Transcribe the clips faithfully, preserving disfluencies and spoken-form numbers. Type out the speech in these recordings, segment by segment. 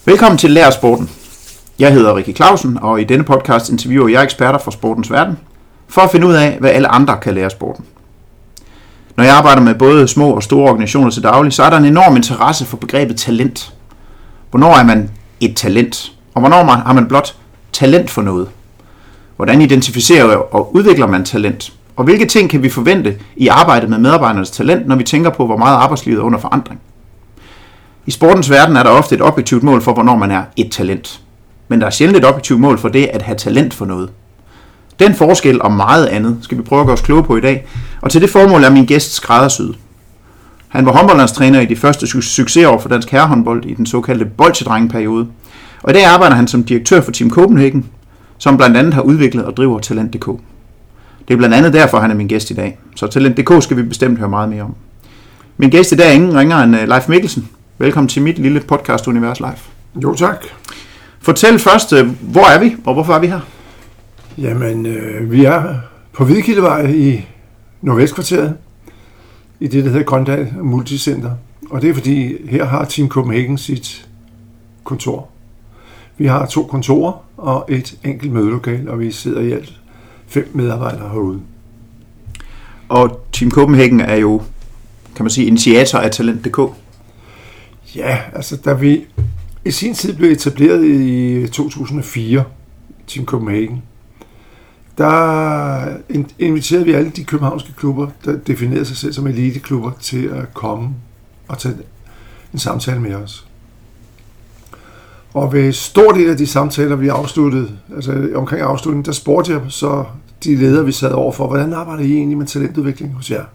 Velkommen til Lær Sporten. Jeg hedder Rikke Clausen, og i denne podcast interviewer jeg eksperter fra sportens verden, for at finde ud af, hvad alle andre kan lære sporten. Når jeg arbejder med både små og store organisationer til daglig, så er der en enorm interesse for begrebet talent. Hvornår er man et talent, og hvornår har man blot talent for noget? Hvordan identificerer og udvikler man talent? Og hvilke ting kan vi forvente i arbejdet med medarbejdernes talent, når vi tænker på, hvor meget arbejdslivet er under forandring? I sportens verden er der ofte et objektivt mål for, hvornår man er et talent. Men der er sjældent et objektivt mål for det at have talent for noget. Den forskel og meget andet skal vi prøve at gøre os kloge på i dag, og til det formål er min gæst skræddersyet. Han var håndboldlandstræner i de første succesår for dansk herrehåndbold i den såkaldte bolsjedrengeperiode, og i dag arbejder han som direktør for Team Copenhagen, som blandt andet har udviklet og driver Talent punktum d k. Det er blandt andet derfor, han er min gæst i dag, så Talent punktum d k skal vi bestemt høre meget mere om. Min gæst i dag er ingen ringere end Leif Mikkelsen. Velkommen til mit lille podcast-univers, Leif. Jo, tak. Fortæl først, hvor er vi, og hvorfor er vi her? Jamen, øh, vi er på Hvidekildevej i Nordvestkvarteret, i det, der hedder Grøndal Multicenter. Og det er fordi, her har Team Copenhagen sit kontor. Vi har to kontorer og et enkelt mødelokal, og vi sidder i alt fem medarbejdere herude. Og Team Copenhagen er jo, kan man sige, initiator af Talent punktum d k. Ja, altså da vi i sin tid blev etableret i to tusind og fire, Team Copenhagen, der inviterede vi alle de københavnske klubber, der definerede sig selv som eliteklubber, til at komme og tage en samtale med os. Og ved stor del af de samtaler, vi afsluttede, altså omkring afslutningen, der spurgte jeg så de ledere, vi sad overfor, hvordan arbejder I egentlig med talentudvikling hos jer?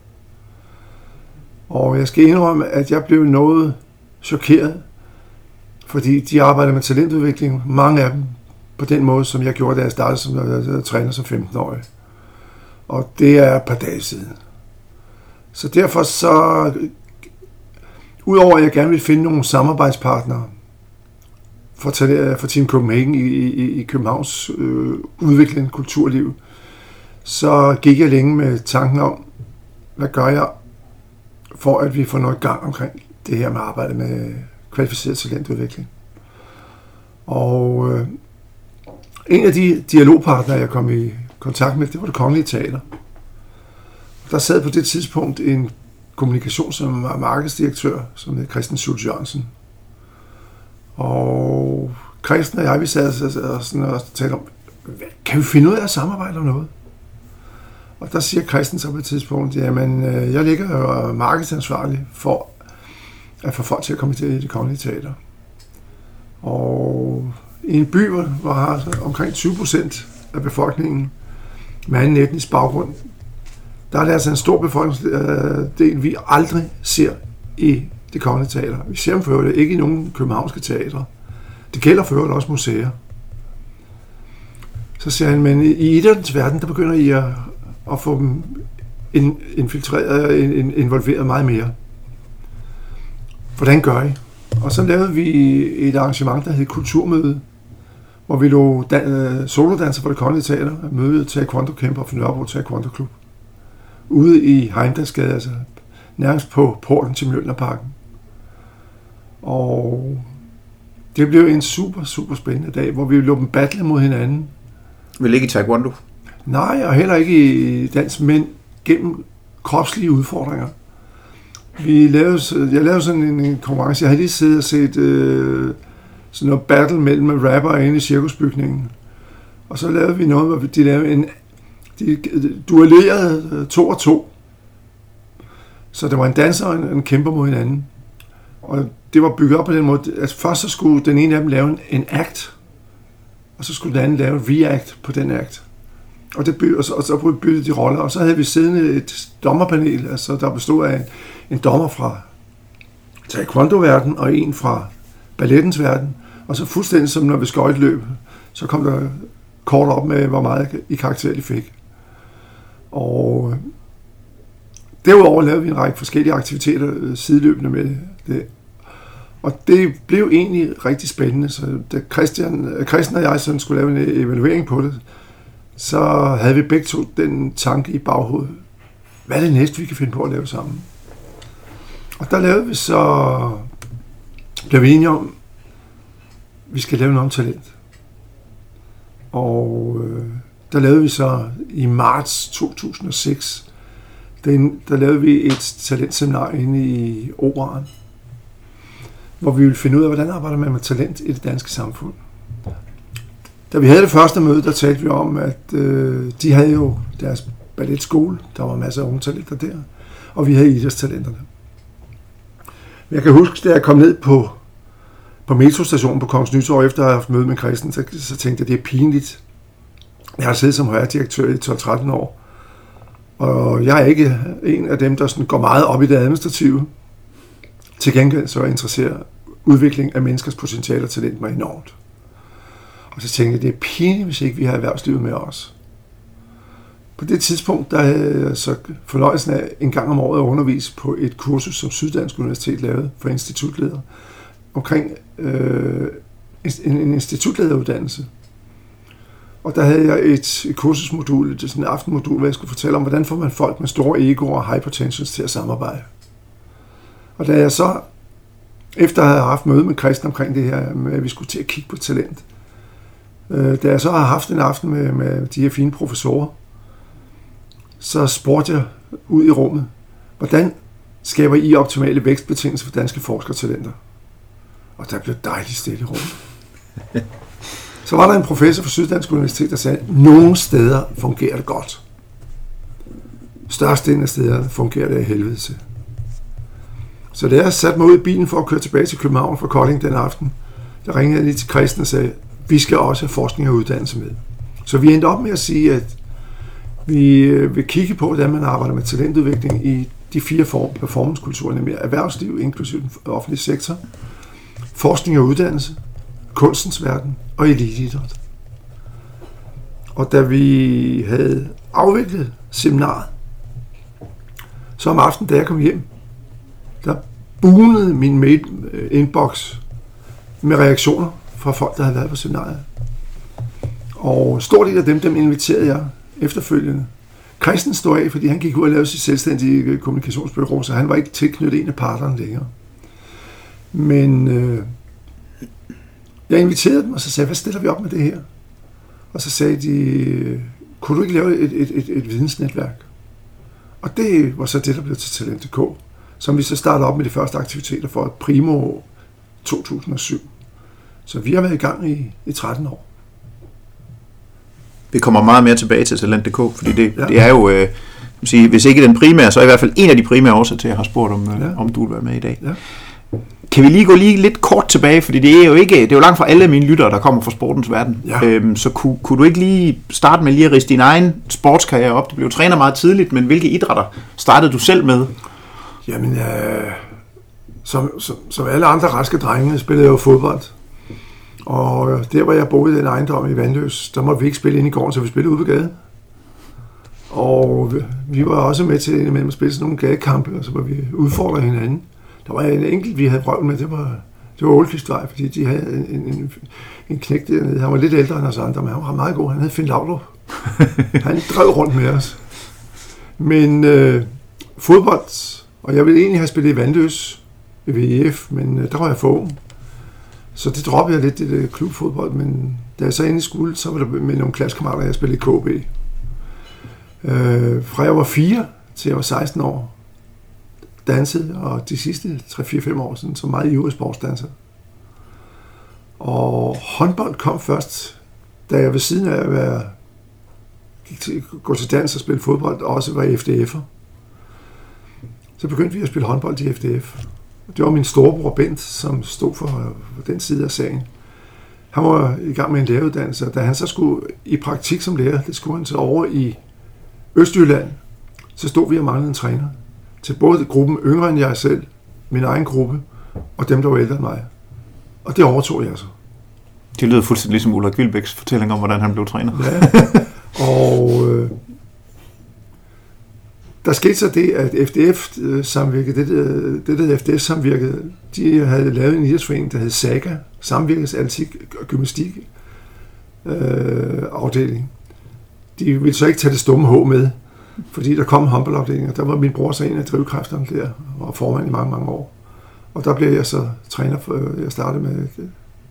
Og jeg skal indrømme, at jeg blev noget chokeret, fordi de arbejder med talentudvikling, mange af dem, på den måde, som jeg gjorde, da jeg startede som jeg træner som femten-årig. Og det er et par dage siden. Så derfor så, udover at jeg gerne vil finde nogle samarbejdspartnere for, for Team Copenhagen i, i, i Københavns øh, udvikling, kulturliv, så gik jeg længe med tanken om, hvad gør jeg for, at vi får noget gang omkring det her med at arbejde med kvalificeret talentudvikling. Og øh, en af de dialogpartnere, jeg kom i kontakt med, det var Det Kongelige Teater. Der sad på det tidspunkt en kommunikations- og markedsdirektør, som hed Christian Schultz Jørgensen. Og Christian og jeg, vi sad og, sådan og talte om, kan vi finde ud af at samarbejde om noget? Og der siger Christian så på et tidspunkt, jamen jeg ligger jo markedsansvarlig for at få folk til at komme til Det Kongelige Teater. Og i en by, hvor har omkring tyve procent af befolkningen med anden etnisk baggrund, der er det altså en stor befolkningsdel, vi aldrig ser i Det Kongelige Teater. Vi ser dem for det ikke i nogen københavnske teatre. Det gælder for øvrigt også museer. Så siger han, men i idrættens verden, der begynder I at, at få dem infiltreret, involveret meget mere. Hvordan gør I? Og så lavede vi et arrangement, der hed Kulturmøde, hvor vi lå dan- solodanser for Det Kongelige Teater, møde taekwondo-kæmper fra Nørrebro Taekwondo Klub, ude i Heimdalsgade, altså nærmest på porten til Mjølnerparken. Og det blev en super, super spændende dag, hvor vi lå dem battle mod hinanden. Vil ikke i taekwondo? Nej, og heller ikke i dans, men gennem kropslige udfordringer. Vi lavede, jeg lavede sådan en konkurrence. Jeg havde lige siddet og set øh, sådan noget battle mellem rapper inde i cirkusbygningen. Og så lavede vi noget, hvor de lavede en... De duellerede to og to. Så der var en danser og en, en kæmper mod hinanden. Og det var bygget op på den måde, at først så skulle den ene af dem lave en, en act, og så skulle den anden lave en react på den act. Og, det by, og, så, og så byttede de roller, og så havde vi siddende et dommerpanel, altså der bestod af en, en dommer fra taekwondo-verden og en fra ballettens verden, og så fuldstændig som når vi skøjteløb, så kom der kort op med, hvor meget i karakter de fik. Og derudover lavede vi en række forskellige aktiviteter sideløbende med det. Og det blev egentlig rigtig spændende, så da Christian, Christian og jeg sådan skulle lave en evaluering på det, så havde vi begge to den tanke i baghovedet. Hvad er det næste, vi kan finde på at lave sammen? Og der lavede vi så, blev vi enige om, vi skal lave noget om talent. Og øh, der lavede vi så i marts to tusind og seks, den, der lavede vi et talentseminar inde i Operaen, hvor vi ville finde ud af, hvordan arbejder man med talent i det danske samfund. Da vi havde det første møde, der talte vi om, at øh, de havde jo deres balletskole, der var masser af unge talenter der, og vi havde idrætstalenterne. Jeg kan huske, da jeg kom ned på, på metrostationen på Kongens Nytorv, efter at have haft møde med Christen, så, så tænkte jeg, det er pinligt. Jeg har siddet som højredirektør i tolv tretten år, og jeg er ikke en af dem, der sådan går meget op i det administrative. Til gengæld så er jeg interesseret udvikling af menneskers potentiale og talent mig enormt. Og så tænkte jeg, det er pinligt, hvis ikke vi har erhvervslivet med os. På det tidspunkt, der havde jeg så fornøjelsen af en gang om året at undervise på et kursus, som Syddansk Universitet lavede for institutledere, omkring øh, en, en institutlederuddannelse. Og der havde jeg et, et kursusmodul, et sådan et aftenmodul, hvor jeg skulle fortælle om, hvordan får man folk med store egoer og high potentials til at samarbejde. Og da jeg så, efter at have haft møde med Christen omkring det her, med at vi skulle til at kigge på talent, øh, da jeg så har haft en aften med, med de her fine professorer, så spurgte jeg ud i rummet, hvordan skaber I optimale vækstbetingelser for danske forskertalenter? Og der blev dejligt stille i rummet. Så var der en professor fra Syddansk Universitet, der sagde, at nogle steder fungerer det godt. Størstedelen af stederne fungerer det af helvede til. Så da jeg satte mig ud i bilen for at køre tilbage til København fra Kolding den aften, der ringede jeg lige til Christen og sagde, vi skal også have forskning og uddannelse med. Så vi endte op med at sige, at vi vil kigge på, hvordan man arbejder med talentudvikling i de fire performancekulturer, nemlig erhvervsliv, inklusive den offentlige sektor, forskning og uddannelse, kunstens verden og eliteidræt. Og da vi havde afviklet seminaret, så om aftenen, da jeg kom hjem, der bunede min mail-inbox med reaktioner fra folk, der havde været på seminariet. Og stor del af dem, dem inviterede jeg efterfølgende. Christen stod af, fordi han gik ud og lavede sit selvstændige kommunikationsbureau, så han var ikke tilknyttet en af parterne længere. Men øh, jeg inviterede dem, og så sagde jeg, hvad stiller vi op med det her? Og så sagde de, kunne du ikke lave et, et, et, et vidensnetværk? Og det var så det, der blev til Talent punktum d k, som vi så startede op med de første aktiviteter for primo to tusind og syv. Så vi har været i gang i, i tretten år. Vi kommer meget mere tilbage til Talent punktum d k, fordi det, ja. det er jo, øh, sige, hvis ikke den primære, så er i hvert fald en af de primære årsager til, at jeg har spurgt, om, ja. om du vil være med i dag. Ja. Kan vi lige gå lige lidt kort tilbage, fordi det er jo ikke, det er jo langt fra alle mine lyttere, der kommer fra sportens verden. Ja. Øhm, så kunne, kunne du ikke lige starte med lige at riste din egen sportskarriere op? Du blev træner meget tidligt, men hvilke idrætter startede du selv med? Jamen, øh, som, som, som alle andre raske drenge, spillede jeg jo fodbold. Og der, hvor jeg boede i den ejendom i Vandløs, der måtte vi ikke spille ind i gården, så vi spillede ude på gaden. Og vi var også med til at spille sådan nogle gadekampe, og så var vi udfordret hinanden. Der var en enkelt, vi havde prøvet med, det var, det var Ålkvistvej, fordi de havde en, en, en knægt dernede. Han var lidt ældre end os andre, men han var meget god. Han hed Finn Laudrup. Han drev rundt med os. Men øh, fodbold, og jeg ville egentlig have spillet i Vandløs i V I F, men øh, der var jeg for ung. Så det droppede jeg lidt, det der klubfodbold, men da jeg så endelig skulle, så var der med nogle klassekammerater, jeg spillede i K B. Øh, fra jeg var fire til jeg var seksten år, dansede, og de sidste tre fire fem år siden, så meget ivrig sportsdanser. Og håndbold kom først, da jeg ved siden af at være, gik til, gå til dans og spille fodbold, og også var F D F'er. Så begyndte vi at spille håndbold i F D F. Det var min storebror Bent, som stod for, for den side af sagen. Han var i gang med en læreruddannelse, og da han så skulle i praktik som lærer, det skulle han så over i Østjylland, så stod vi og manglede en træner til både gruppen yngre end jeg selv, min egen gruppe, og dem, der var ældre end mig. Og det overtog jeg så. Det lyder fuldstændig ligesom Ulrik Wilbæks fortælling om, hvordan han blev træner. Ja, og øh, der skete så det, at F D F-samvirket, det, det der F D F-samvirket, de havde lavet en idrætsforening, der hed SAGA, Samvirkets Atletik og Gymnastik øh, afdeling. De ville så ikke tage det stumme H med, fordi der kom håndboldafdelinger. Der var min bror så en af drivkræfterne der, og formand i mange, mange år. Og der blev jeg så træner, for, jeg startede med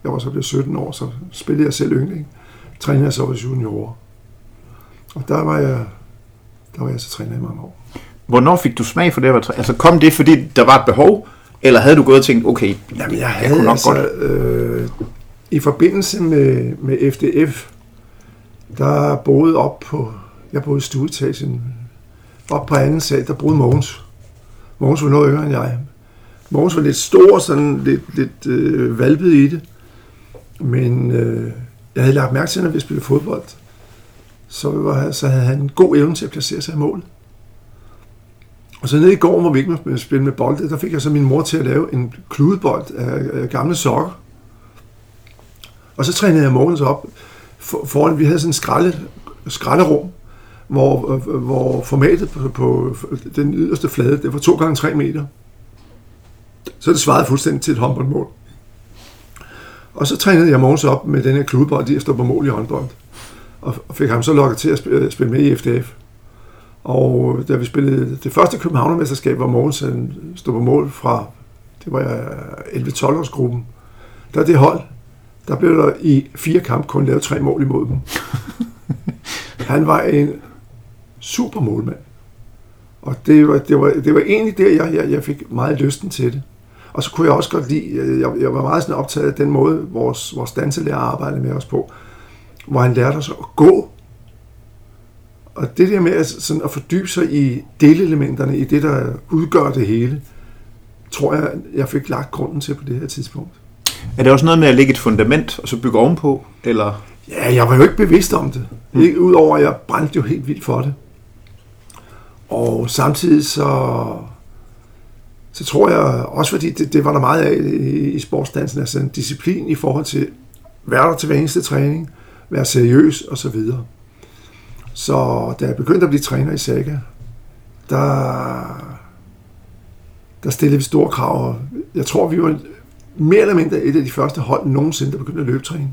jeg var så blevet sytten år, så spillede jeg selv yndling. Trænede jeg så hos juniorer. Og der var jeg, der var jeg så træner i mange år. Hvornår fik du smag for det? Altså kom det, fordi der var et behov, eller havde du gået og tænkt, okay, Jamen, jeg havde jeg nok altså, godt... Øh, i forbindelse med, med F D F, der boede op på, jeg boede i stueetagen, op på anden sal, der boede Mogens. Mogens var noget yngre end jeg. Mogens var lidt stor, sådan lidt, lidt øh, valpet i det, men øh, jeg havde lagt mærke til, når vi spillede fodbold, så, var, så havde han en god evne til at placere sig i målet. Og så nede i går, hvor vi ikke måtte spille med bolde, der fik jeg så min mor til at lave en kludebold af, af gamle sokker. Og så trænede jeg Mogens op for, foran, vi havde sådan en skralde, skralderum, hvor, hvor formatet på, på den yderste flade, det var to gange tre meter. Så det svarede fuldstændig til et håndboldmål. Og så trænede jeg Mogens op med den her kludebold, de stod på mål i håndbold. Og fik ham så lokket til at spille, spille med i F D F. Og da vi spillede det første Københavnermesterskab, hvor Mogens stod på mål fra, det var elleve tolv årsgruppen, der det hold, der blev der i fire kampe kun lavet tre mål imod dem. Han var en super målmand. Og det var, det var, det var egentlig der, jeg, jeg, jeg fik meget lysten til det. Og så kunne jeg også godt lide, jeg, jeg var meget sådan optaget af den måde, vores, vores danselærer arbejdede med os på, hvor han lærte os at gå. Og det der med at, sådan at fordybe sig i delelementerne, i det, der udgør det hele, tror jeg, jeg fik lagt grunden til på det her tidspunkt. Er det også noget med at lægge et fundament, og så bygge ovenpå? Eller? Ja, jeg var jo ikke bevidst om det. Mm. Ikke, udover at jeg brændte jo helt vildt for det. Og samtidig så, så tror jeg, også fordi det, det var der meget af i, i sportsdansen, altså en disciplin i forhold til, være der til hver eneste træning, være seriøs og så videre. Så da jeg begyndte at blive træner i Saga, der, der stillede vi store krav. Jeg tror, vi var mere eller mindre et af de første hold nogensinde, der begyndte at løbetræne.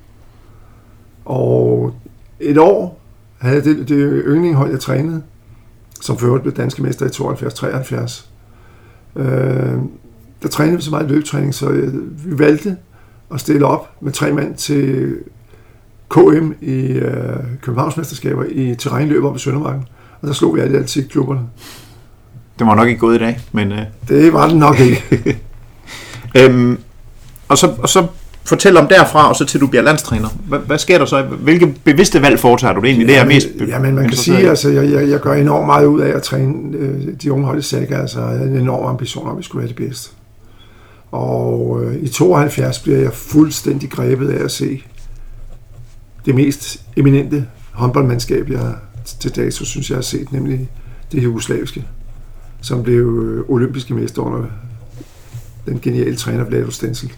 Og et år havde det, det yndlinghold, jeg trænede, som for øvrigt blev danske mester i tooghalvfjerds treoghalvfjerds. Øh, der trænede vi så meget løbetræning, så vi valgte at stille op med tre mand til K M i øh, Københavnsmesterskaber i terrænløb op i Søndermarken. Og der slog vi alle atletik-klubberne. Det var nok ikke gået i dag, men... Øh... Det var det nok ikke. øhm, og, så, og så fortæl om derfra, og så til du bliver landstræner. Hvad, hvad sker der så? Hvilke bevidste valg foretager du det egentlig? Ja, det er mest... Ja, men man kan sige, altså, jeg, jeg, jeg gør enormt meget ud af at træne øh, de unge hold i Saga. Altså, jeg har en enorm ambition om, at vi skulle være det bedste. Og øh, i tooghalvfjerds bliver jeg fuldstændig grebet af at se det mest eminente håndboldmandskab, jeg til dato synes, jeg har set, nemlig det jugoslaviske, som blev olympiske mester under den geniale træner Vlado Stenzel.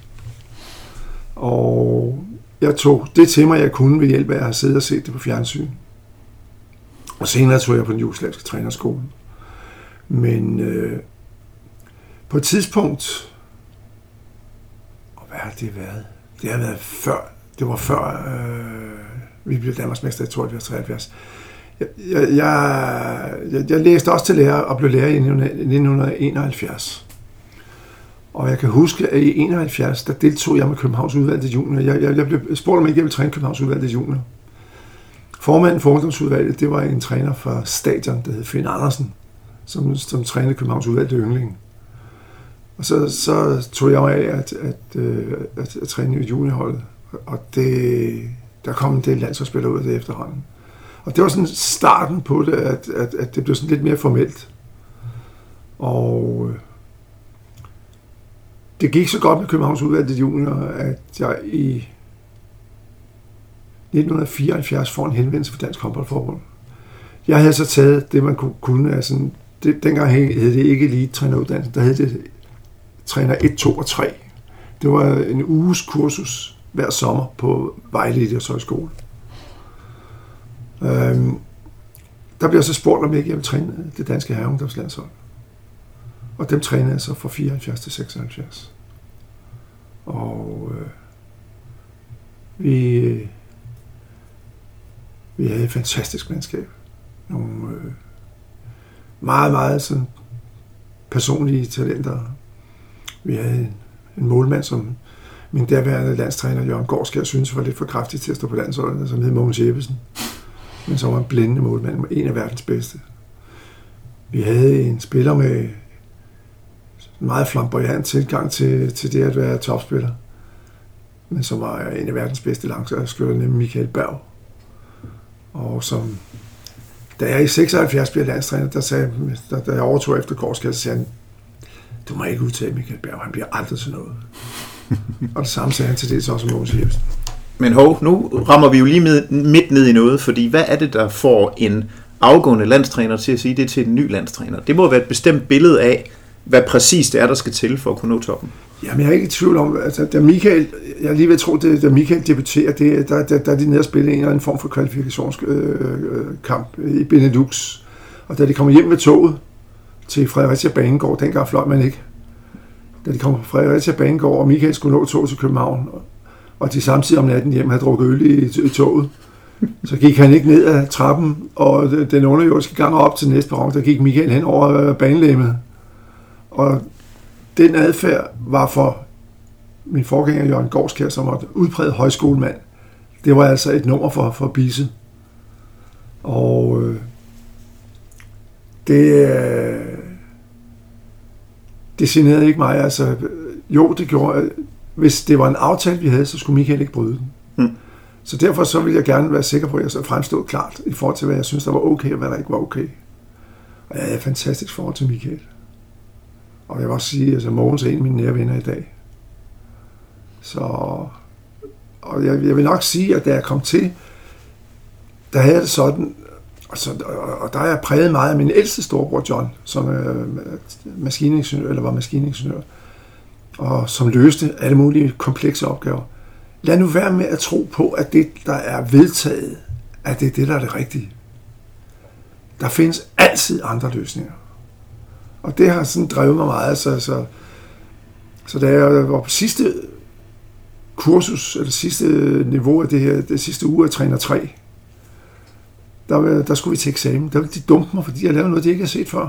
Og jeg tog det til mig, jeg kunne ved hjælp af at have siddet og set det på fjernsyn. Og senere tog jeg på den jugoslaviske trænerskole. Men øh, på et tidspunkt, og hvad har det været? Det har været før, det var før øh, vi blev Danmarksmester i tooghalvfjerds treoghalvfjerds. Jeg, jeg, jeg, jeg læste også til lærer og blev lærer i nitten enoghalvfjerds. Og jeg kan huske, at i enoghalvfjerds, der deltog jeg med Københavns udvalgte junior. Jeg, jeg, jeg blev spurgt, om ikke jeg ville træne Københavns udvalgte junior. Formanden for ungdomsudvalget, det var en træner fra Stadion, der hed Finn Andersen, som, som trænede Københavns udvalgte yndling. Og så, så tog jeg af at, at, at, at, at træne i juniorholdet. Og det, der kom en del landsholdsspillere ud af det efterhånden. Og det var sådan starten på det, at, at, at det blev sådan lidt mere formelt. Og det gik så godt med Københavns udvalgte junior, at jeg i nitten fireoghalvfjerds får en henvendelse fra Dansk Håndboldforbund. Jeg havde så taget det, man kunne. Altså, det, dengang hed det ikke elite træneruddannelse, der hed det træner et, to og tre. Det var en uges kursus hver sommer på Vejle Idrætshøjskole. Øhm, der bliver så spurgt, om jeg ikke jeg vil træne det danske herreungdomslandshold. Og dem trænede jeg så fra fireoghalvfjerds til seksoghalvfjerds. Og øh, vi, vi havde et fantastisk mandskab. Nogle øh, meget, meget sådan personlige talenter. Vi havde en, en målmand, som min daværende landstræner, Jørgen Gårdskær, synes var lidt for kraftig til at stå på landsholdet, som hed Mogens Jeppesen. Men så var en blændende målmand, en af verdens bedste. Vi havde en spiller med en meget flamboyant tilgang til, til det at være topspiller, men som var en af verdens bedste langskytter, nemlig Michael Berg. Og som, da jeg i seksoghalvfjerds blev landstræner, der sagde, da, da jeg overtog efter Gårdskær, så sagde han, du må ikke udtage Michael Berg, han bliver aldrig til noget. Og det samme sagde han til det, så også Mogens Jeppesen. Men hov, nu rammer vi jo lige med, midt ned i noget, fordi hvad er det, der får en afgående landstræner til at sige det til en ny landstræner? Det må være et bestemt billede af, hvad præcis det er, der skal til for at kunne nå toppen. Jamen, jeg er ikke i tvivl om, altså, da Michael, jeg lige ved at tro, det, da Michael debuterer, det, der, der, der er de nede og spille en eller anden form for kvalifikationskamp øh, i Benelux. Og da de kommer hjem med toget til Fredericia Banegård, dengang fløj man ikke. Da de kommer fra Fredericia Banegård, og Michael skulle nå toget til København, og, og de samtidig om natten hjem havde drukket øl i, i toget, så gik han ikke ned ad trappen, og den underjordiske gang op til næste perron, der gik Michael hen over banelemmet. Og den adfærd var for min forgænger Jørgen Gårdskær, som var udpræget højskolemand. Det var altså et nummer for, for Bisse. Og øh, det, øh, det generede ikke mig. Altså, jo, det gjorde, hvis det var en aftale, vi havde, så skulle Michael ikke bryde den. Mm. Så derfor så ville jeg gerne være sikker på, at jeg så fremstod klart i forhold til, hvad jeg synes, der var okay, og hvad der ikke var okay. Og jeg havde et fantastisk forhold til Michael. Og jeg vil også sige, at altså, Mogens er en af mine nære venner i dag. Så, og jeg, jeg vil nok sige, at da jeg kom til, der havde det sådan, og, så, og, og der er jeg præget meget af min ældste storebror John, som er maskiningeniør, eller var maskiningeniør, og som løste alle mulige komplekse opgaver. Lad nu være med at tro på, at det, der er vedtaget, at det er det, der er det rigtige. Der findes altid andre løsninger. Og det har sådan drevet mig meget. Så, så, så da jeg var på sidste kursus, eller sidste niveau af det her, det sidste uge af træner tre, der, der skulle vi til eksamen. Der ville de dumpe mig, fordi jeg lavede noget, de ikke havde set før.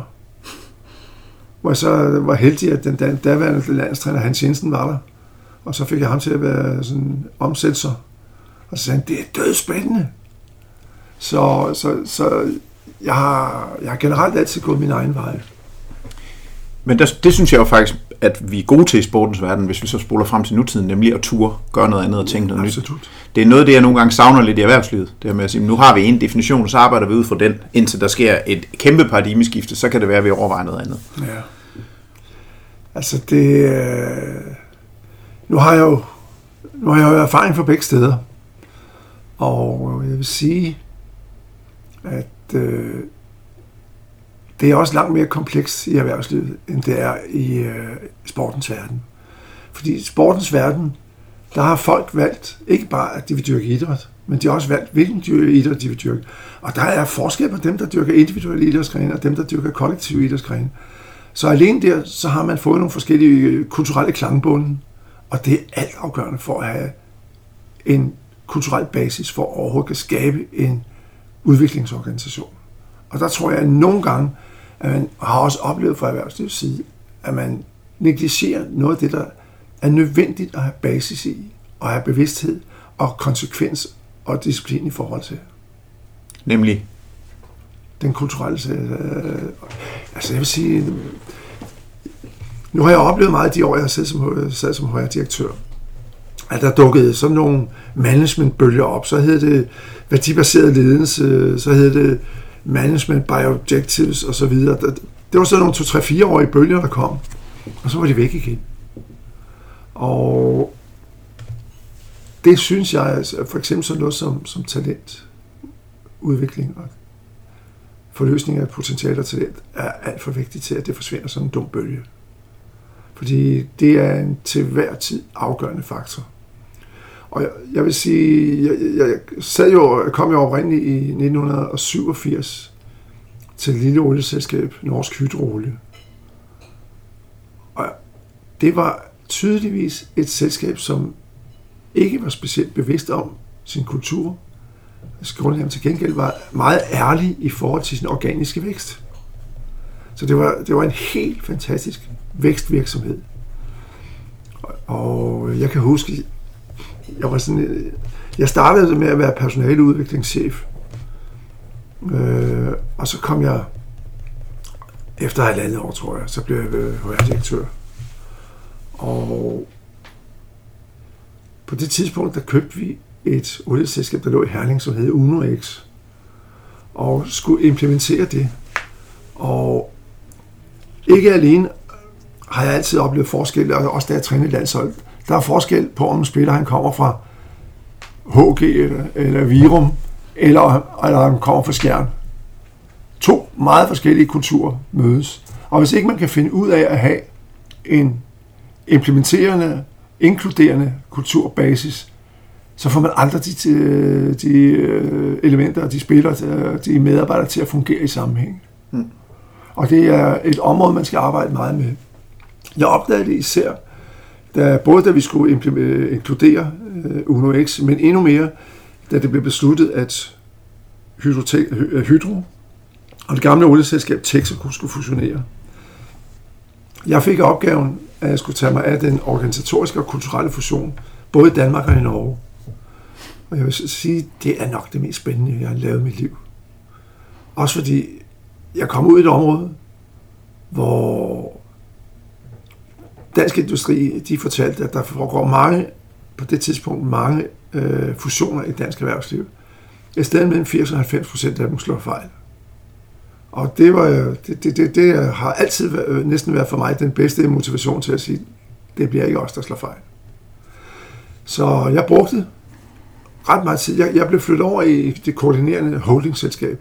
Hvor jeg så var heldig, at den daværende landstræner Hans Jensen var der. Og så fik jeg ham til at være sådan omsættelser. Og så sagde han, det er dødspændende. Så, så, så jeg, har, jeg har generelt altid gået min egen vej. Men der, det synes jeg jo faktisk, at vi er gode til i sportens verden, hvis vi så spoler frem til nutiden, nemlig at ture, gøre noget andet og tænke noget Absolut. nyt. Det er noget af det, jeg nogle gange savner lidt i erhvervslivet. Det her med at sige, nu har vi en definition, og så arbejder vi ud fra den, indtil der sker et kæmpe paradigmeskifte, så kan det være, at vi overvejer noget andet. Ja. Altså det... Nu har jeg jo, nu har jeg jo erfaring fra begge steder. Og jeg vil sige, at øh, det er også langt mere komplekst i erhvervslivet, end det er i øh, sportens verden. Fordi i sportens verden, der har folk valgt ikke bare, at de vil dyrke idræt, men de har også valgt, hvilken idræt de vil dyrke. Og der er forskel på dem, der dyrker individuelle idrætsgrene, og dem, der dyrker kollektive idrætsgrene. Så alene der, så har man fået nogle forskellige kulturelle klangbunde, og det er altafgørende for at have en kulturel basis for at overhovedet kan skabe en udviklingsorganisation. Og der tror jeg, at nogle gange, at man har også oplevet fra erhvervslivets side, at man negligerer noget af det, der er nødvendigt at have basis i, og have bevidsthed og konsekvens og disciplin i forhold til. Nemlig? Den kulturelle... Øh, altså jeg vil sige... Nu har jeg oplevet meget de år, jeg har siddet som, sad som H R-direktør, at der dukkede sådan nogle managementbølger op. Så hed det værdibaseret ledelse, så hed det management by objectives og så videre. Det var sådan nogle to, tre, fire årige bølger, der kom, og så var de væk igen. Og det synes jeg, for eksempel sådan noget som, som talentudvikling og forløsning af potentiale og talent, er alt for vigtigt til, at det forsvinder sådan en dum bølge. Fordi det er en til hver tid afgørende faktor. Og jeg, jeg vil sige, jeg, jeg, jeg sad jo, jeg kom jo oprindeligt i nitten syvogfirs til et lille olieselskab, Norsk Hydroolie. Og det var tydeligvis et selskab, som ikke var specielt bevidst om sin kultur. Grundlæggende til gengæld var meget ærlig i forhold til sin organiske vækst. Så det var, det var en helt fantastisk vækstvirksomhed. Og jeg kan huske, jeg var sådan, jeg startede med at være personaleudviklingschef. Øh, og så kom jeg, efter et andet år, tror jeg, så blev jeg H R-direktør. Og på det tidspunkt, der købte vi et olieselskab, der lå i Herning, som hed UnoX, og skulle implementere det. Og ikke alene har jeg altid oplevet forskel, og også da jeg trænede landshold. Der er forskel på, om en spiller han kommer fra H G eller, eller Virum, eller, eller han kommer fra Skjern. To meget forskellige kulturer mødes. Og hvis ikke man kan finde ud af at have en implementerende, inkluderende kulturbasis, så får man aldrig de, de elementer, de spillere, de medarbejdere til at fungere i sammenhæng. Mm. Og det er et område, man skal arbejde meget med. Jeg opdagede det især, da, både da vi skulle inkludere uh, UnoX, men endnu mere, da det blev besluttet, at Hydro, Hydro og det gamle olieselskab Texaco skulle fusionere. Jeg fik opgaven, at jeg skulle tage mig af den organisatoriske og kulturelle fusion, både i Danmark og i Norge. Og jeg vil sige, det er nok det mest spændende, jeg har lavet i mit liv. Også fordi jeg kom ud i et område, hvor Dansk Industri, de fortalte, at der foregår mange, på det tidspunkt mange øh, fusioner i dansk erhvervsliv. Et sted mellem firs og halvfems procent af dem slår fejl. Og det, var, det, det, det, det har altid været, næsten været for mig den bedste motivation til at sige, det bliver ikke os, der slår fejl. Så jeg brugte ret meget tid. Jeg, jeg blev flyttet over i det koordinerende holdingselskab.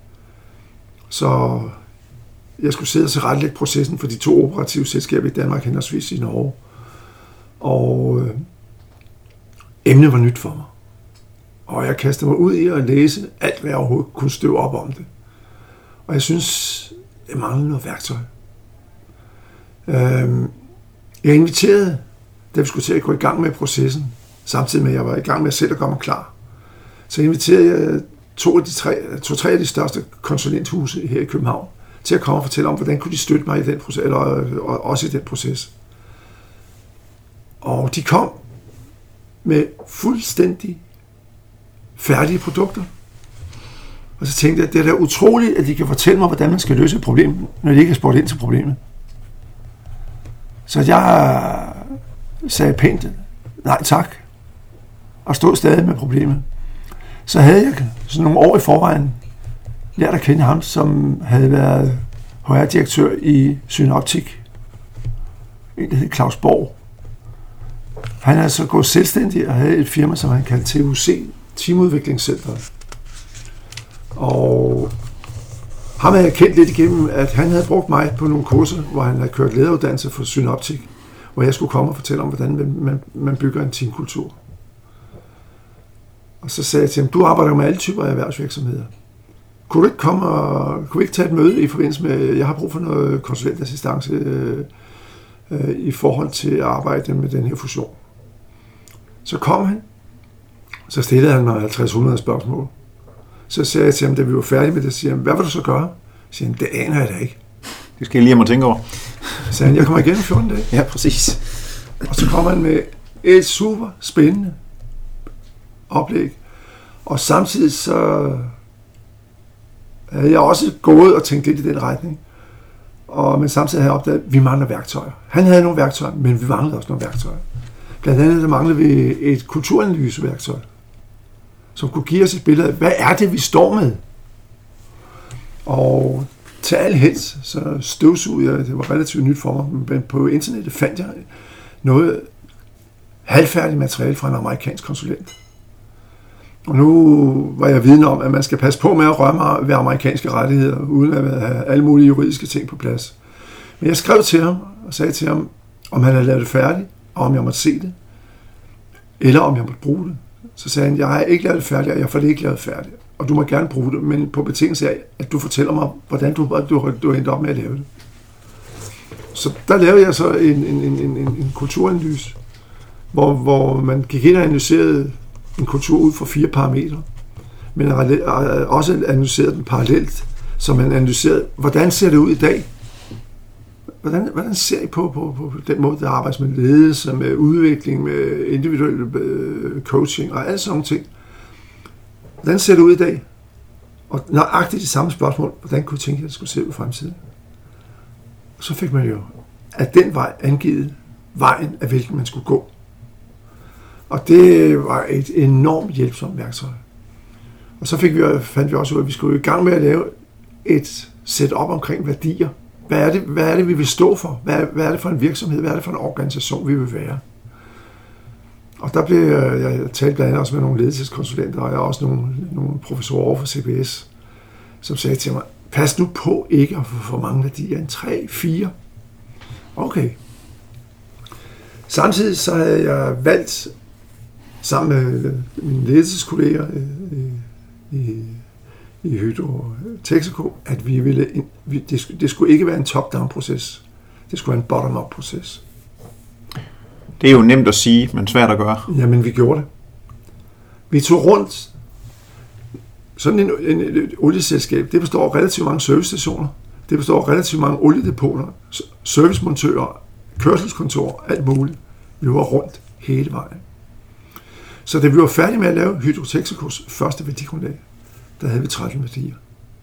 Så jeg skulle sidde og tilrettelægge processen for de to operative selskaber i Danmark, henholdsvis i Norge. Og øh, emnet var nyt for mig. Og jeg kastede mig ud i at læse alt, hvad jeg overhovedet kunne støve op om det. Og jeg synes, jeg manglede noget værktøj. Øh, jeg inviterede, da vi skulle til at gå i gang med processen, samtidig med, at jeg var i gang med selv at komme klar, så inviterede jeg to af de tre, to, tre af de største konsulenthuse her i København til at komme og fortælle om, hvordan kunne de støtte mig i den proces, eller også i den proces. Og de kom med fuldstændig færdige produkter. Og så tænkte jeg, at det er da utroligt, at de kan fortælle mig, hvordan man skal løse et problem, når de ikke har spurgt ind til problemet. Så jeg sagde pænt, nej tak, og stod stadig med problemet. Så havde jeg sådan nogle år i forvejen lært at kende ham, som havde været H R-direktør i Synoptik. En, der hed Claus Borg. Han havde så gået selvstændig og havde et firma, som han kaldte T U C, Teamudviklingscenteret. Og ham havde jeg kendt lidt igennem, at han havde brugt mig på nogle kurser, hvor han havde kørt lederuddannelse for Synoptik, hvor jeg skulle komme og fortælle om, hvordan man, man bygger en teamkultur. Og så sagde jeg til ham, du arbejder med alle typer af erhvervsvirksomheder. Kunne du ikke komme og kunne vi ikke tage et møde i forbindelse med, jeg har brug for noget konsulentassistance øh, øh, i forhold til at arbejde med den her fusion. Så kom han, så stillede han mig halvtreds hundrede spørgsmål. Så sagde jeg til ham, da vi var færdige med det, siger han, hvad vil du så gøre? Så siger han, det aner jeg da ikke. Det skal jeg lige hjem og tænke over. Så sagde han, jeg kommer igen om fjorten dage. Ja, præcis. Og så kommer han med et super spændende oplæg. Og samtidig så havde jeg også gået og tænkt lidt i den retning. Og, men samtidig havde jeg opdaget, at vi mangler værktøjer. Han havde nogle værktøjer, men vi manglede også nogle værktøjer. Blandt andet manglede vi et kulturanalyseværktøj, som kunne give os et billede af, hvad er det, vi står med? Og til al held, så støvsugede jeg, det var relativt nyt for mig, men på internettet fandt jeg noget halvfærdigt materiale fra en amerikansk konsulent. Og nu var jeg vidne om, at man skal passe på med at røre mig ved amerikanske rettigheder, uden at have alle mulige juridiske ting på plads. Men jeg skrev til ham og sagde til ham, om han havde lavet det færdigt, og om jeg måtte se det, eller om jeg måtte bruge det. Så sagde han, jeg har ikke lavet det færdigt, og jeg får det ikke lavet færdigt. Og du må gerne bruge det, men på betingelse af, at du fortæller mig, hvordan du, du, du endte op med at lave det. Så der lavede jeg så en, en, en, en, en kulturanalyse, hvor, hvor man gik ind og analyserede en kultur ud fra fire parametre, men også analyserede den parallelt, så man analyserede, hvordan ser det ud i dag? hvordan, hvordan ser I på, på, på den måde, der arbejdes med ledelse, med udvikling, med individuel coaching og alle sådan nogle ting? Hvordan ser det ud i dag? Og nøjagtigt de samme spørgsmål, hvordan kunne I tænke, at det skulle se ud i fremtiden? Så fik man jo at den vej angivet vejen, af hvilken man skulle gå. Og det var et enormt hjælpsomt værktøj. Og så fik vi, fandt vi også ud af, at vi skulle i gang med at lave et setup omkring værdier. Hvad er det, hvad er det vi vil stå for? Hvad er, hvad er det for en virksomhed? Hvad er det for en organisation, vi vil være? Og der blev jeg, jeg talt blandt andet også med nogle ledelseskonsulenter, og jeg har også nogle, nogle professorer over for C B S, som sagde til mig, pas nu på ikke at få for mange værdier, en tre, fire. Okay. Samtidig så havde jeg valgt, sammen med mine ledelseskolleger i, i, i Hydro Texaco, at vi ville, det, det skulle ikke være en top-down proces. Det skulle være en bottom-up proces. Det er jo nemt at sige, men svært at gøre. Jamen, vi gjorde det. Vi tog rundt. Sådan en, en, et olieselskab, det består af relativt mange servicestationer. Det består af relativt mange oliedepoter, servicemontører, kørselskontor, alt muligt. Vi var rundt hele vejen. Så da vi var færdige med at lave Hydro Texacos første værdigrundlag, der havde vi tretten værdier.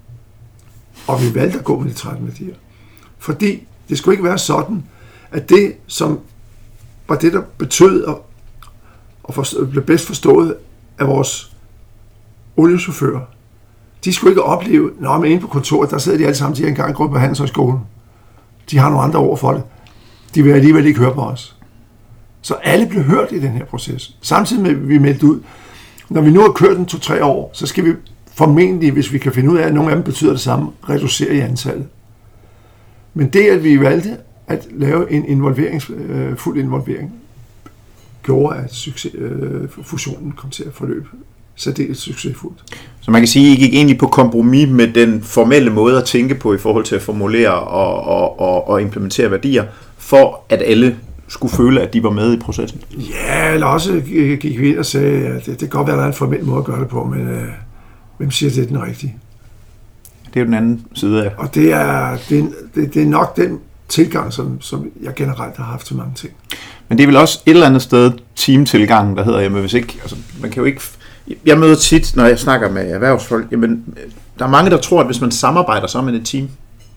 Og vi valgte at gå med de tretten værdier. Fordi det skulle ikke være sådan, at det, som var det, der betød og, og for, blev bedst forstået af vores oliechauffører, de skulle ikke opleve, når man er inde på kontoret, der sidder de alle sammen, de har engang gået på Handelshøjskolen. De har nogle andre ord for det. De vil alligevel ikke høre på os. Så alle blev hørt i den her proces. Samtidig med, at vi meldte ud, når vi nu har kørt den to-tre år, så skal vi formentlig, hvis vi kan finde ud af, at nogle af dem betyder det samme, reducere i antallet. Men det, at vi valgte at lave en involvering, øh, fuld involvering, gjorde, at succes, øh, fusionen kom til at forløbe særdeles succesfuldt. Så man kan sige, at I gik egentlig på kompromis med den formelle måde at tænke på i forhold til at formulere og, og, og, og implementere værdier, for at alle skulle føle, at de var med i processen? Ja, eller også gik vi ind og sagde, at det, det kan godt være, at der er en formel måde at gøre det på, men øh, hvem siger, at det er den rigtige? Det er jo den anden side af. Og det er, det, det, det er nok den tilgang, som, som jeg generelt har haft til mange ting. Men det er vel også et eller andet sted teamtilgangen, der hedder, jamen hvis ikke, altså man kan jo ikke, jeg møder tit, når jeg snakker med erhvervsfolk, jamen der er mange, der tror, at hvis man samarbejder, så er man et team.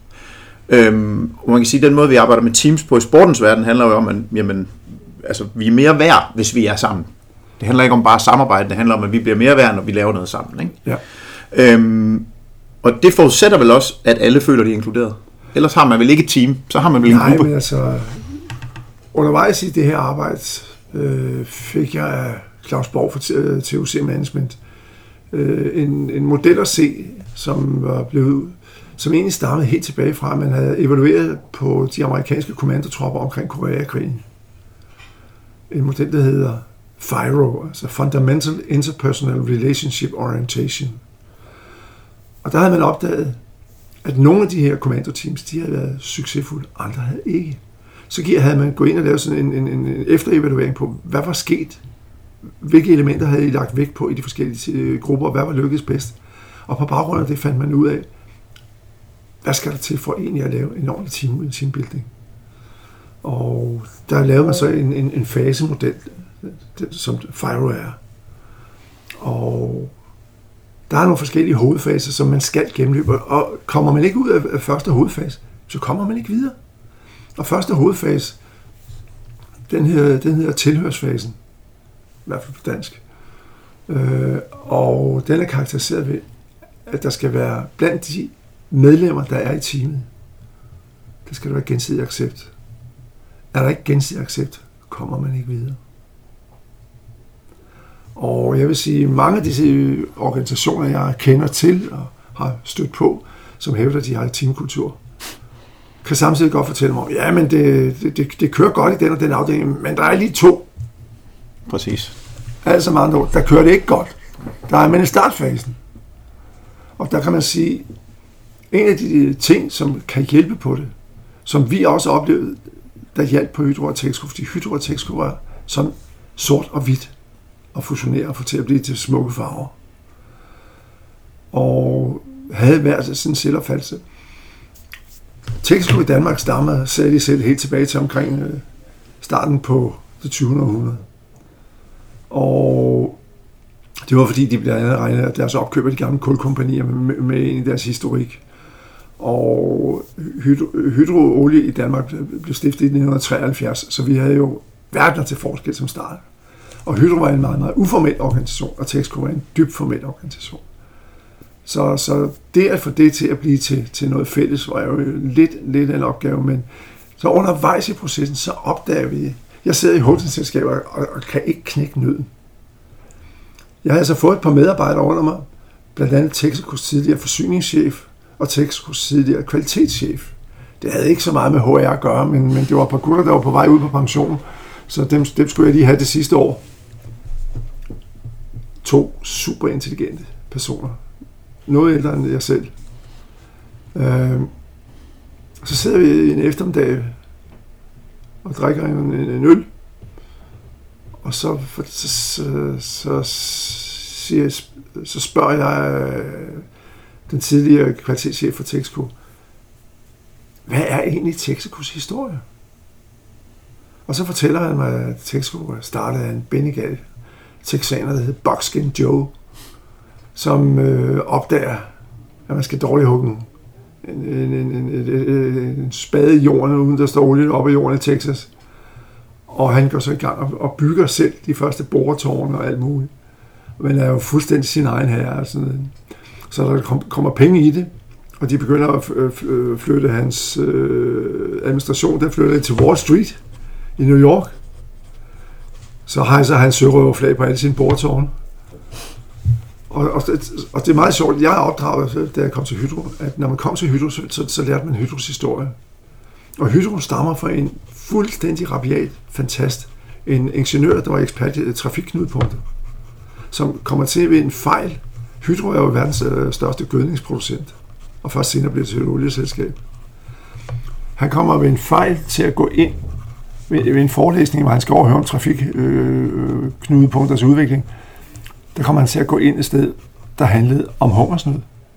Øhm, og man kan sige, at den måde, vi arbejder med teams på i sportens verden, handler jo om, at jamen, altså, vi er mere værd, hvis vi er sammen. Det handler ikke om bare samarbejde, det handler om, at vi bliver mere værd, når vi laver noget sammen. Ikke? Ja. Øhm, og det forudsætter vel også, at alle føler, de er inkluderet. Ellers har man vel ikke et team, så har man vel en Nej, gruppe. Men altså, undervejs i det her arbejde øh, fik jeg af Claus Borg fra T U C Management øh, en, en model at se, som var blevet som egentlig stammede helt tilbage fra, at man havde evalueret på de amerikanske kommandotropper omkring Koreakrigen. En model, der hedder FIRO, altså Fundamental Interpersonal Relationship Orientation. Og der havde man opdaget, at nogle af de her kommandoteams, de havde været succesfulde, andre havde ikke. Så havde man gået ind og lavet sådan en, en, en efterevaluering på, hvad var sket, hvilke elementer havde I lagt vægt på i de forskellige grupper, og hvad var lykkedes bedst. Og på baggrund af det fandt man ud af, hvad skal der til for egentlig at lave en ordentlig team, en teambuilding. Og der lavede man så en, en, en fasemodel, som FIRO er. Og der er nogle forskellige hovedfaser, som man skal gennemløbe. Og kommer man ikke ud af første hovedfase, så kommer man ikke videre. Og første hovedfase, den hedder, den hedder tilhørsfasen, i hvert fald på dansk. Øh, og den er karakteriseret ved, at der skal være blandt de medlemmer, der er i teamet, der skal der være gensidig accept. Er der ikke gensidig accept, kommer man ikke videre. Og jeg vil sige, mange af disse organisationer, jeg kender til og har stødt på, som hævder, at de har en teamkultur, kan samtidig godt fortælle mig om, ja, men det, det, det kører godt i den og den afdeling, men der er lige to. Præcis. Altså med andre ord, der kører det ikke godt. Der er man i startfasen. Og der kan man sige, en af de ting, som kan hjælpe på det, som vi også oplevede, der hjalp på Hydro og Texaco, fordi Hydro og Texaco var som sort og hvidt og fusionere og få til at blive til smukke farver. Og havde været sådan en selvopfattelse. Texaco i Danmark stammer, sagde de selv, helt tilbage til omkring øh, starten på det tyvende århundrede. Og det var fordi, de blandt andet regnede deres opkøb af de gamle kulkompanier med, med ind i deres historik. Og hydro, hydroolie i Danmark blev stiftet i nitten treoghalvfjerds, så vi havde jo verdener til forskel som start. Og Hydro var en meget, meget uformel organisation, og Texaco var en dybt formel organisation. Så, så det at få det til at blive til, til noget fælles, var jo lidt, lidt en opgave, men så undervejs i processen, så opdager vi, jeg sidder i holdingselskaber og, og kan ikke knække nøden. Jeg har altså fået et par medarbejdere under mig, blandt andet Texacos tidligere forsyningschef og Texacos tidligere kvalitetschef. Det havde ikke så meget med H R at gøre, men, men det var et par gutter, der var på vej ud på pension, så dem, dem skulle jeg lige have det sidste år. To super intelligente personer. Noget ældre end jeg selv. Øh, så sidder vi en eftermiddag og drikker en, en øl, og så, så, så, så, siger, så spørger jeg den tidligere kvalitetschef for Texaco, hvad er egentlig Texacos historie? Og så fortæller han mig, at Texaco startede af en bendegal texaner, der hed Buckskin Joe, som øh, opdager, at man skal dårligt hugge en, en, en, en, en, en spade i jorden, uden der står olie oppe i jorden i Texas. Og han går så i gang og, og bygger selv de første boretårne og alt muligt. Men er jo fuldstændig sin egen herre. Sådan. Så der kom, kommer penge i det, og de begynder at flytte hans øh, administration, der flytter til Wall Street i New York. Så hejser han sørøverflag på alle sine boretårne. Og, og, og det er meget sjovt. Jeg er opdraget, da jeg kom til Hydro, at når man kom til Hydro, så, så, så lærte man Hydros historie. Og Hydro stammer fra en fuldstændig rabiat fantast. En ingeniør, der var ekspert i trafikknudepunkter, som kommer til ved en fejl. Hydro er jo verdens største gødningsproducent, og først senere bliver det til et olieselskab. Han kommer ved en fejl til at gå ind ved, ved en forelæsning, hvor han skal overhøre om trafikknudepunkters øh, udvikling. Der kommer han til at gå ind et sted, der handlede om hungersnød.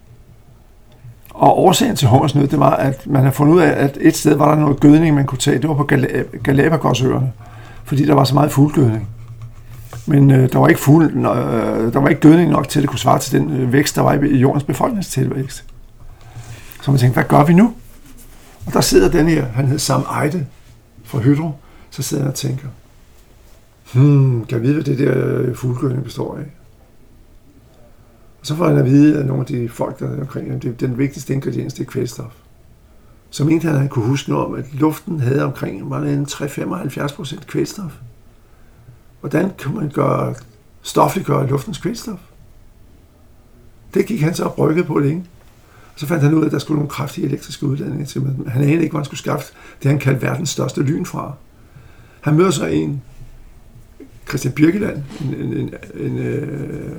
Og årsagen til hungersnød, det var, at man har fundet ud af, at et sted var der noget gødning, man kunne tage. Det var på Gal- Galapagosøerne, fordi der var så meget fuglegødning. Men øh, der var ikke fugle, øh, der var ikke gødning nok til, at det kunne svare til den øh, vækst, der var i, i jordens befolkningstilvækst. Så man tænkte, hvad gør vi nu? Og der sidder den her, han hed Sam Eide fra Hydro, så sidder han og tænker, hmm, kan jeg vide, hvad det der fuglegødning består af? Og så får han at vide, at nogle af de folk, der er omkring, det, den vigtigste ingrediens, det er kvælstof. Så mente han, at han kunne huske noget om, at luften havde omkring tre til femoghalvfjerds procent kvælstof. Hvordan kan man gøre, stofliggøre luftens kvælstof? Det gik han så og bryggede på længe. Og så fandt han ud af, at der skulle nogle kraftige elektriske udladninger til. Men han anede ikke, hvor han skulle skaffe det, han kaldte verdens største lyn fra. Han møder så en, Christian Birkeland, en, en, en, en øh,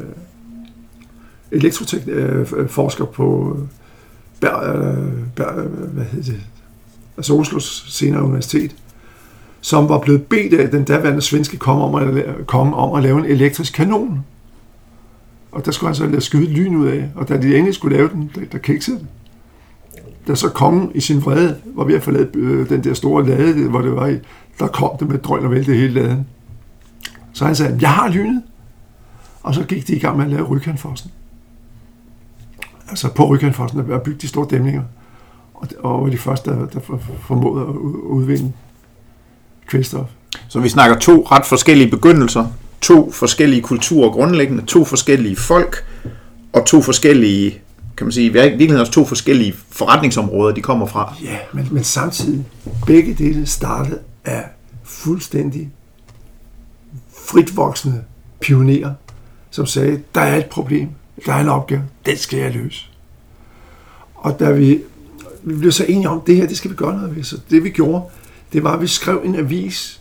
elektrotekniker på Ber, øh, Ber, hvad hedder det? Altså Oslos senere universitet, som var blevet bedt af den daværende svenske konge om at, konge om at lave en elektrisk kanon. Og der skulle han så lade skyde lyn ud af, og da de endelig skulle lave den, der, der kiksede det. Da så kongen i sin vrede var ved at forlade øh, den der store lade, hvor det var i, der kom det med drøn og vælte hele laden. Så han sagde, jeg har lynet. Og så gik de i gang med at lave Rjukanfossen. Altså på Rjukanfossen at bygge de store dæmninger. Og, og var de første, der, der formåede at udvinde kvælstof. Så vi snakker to ret forskellige begyndelser, to forskellige kulturer grundlæggende, to forskellige folk, og to forskellige, kan man sige, i virkeligheden også to forskellige forretningsområder, de kommer fra. Ja, men, men samtidig, begge dele startede af fuldstændig fritvoksende pionerer, som sagde, der er et problem, der er en opgave, den skal jeg løse. Og da vi, vi blev så enige om, det her, det skal vi gøre noget ved, så det vi gjorde, det var, at vi skrev en avis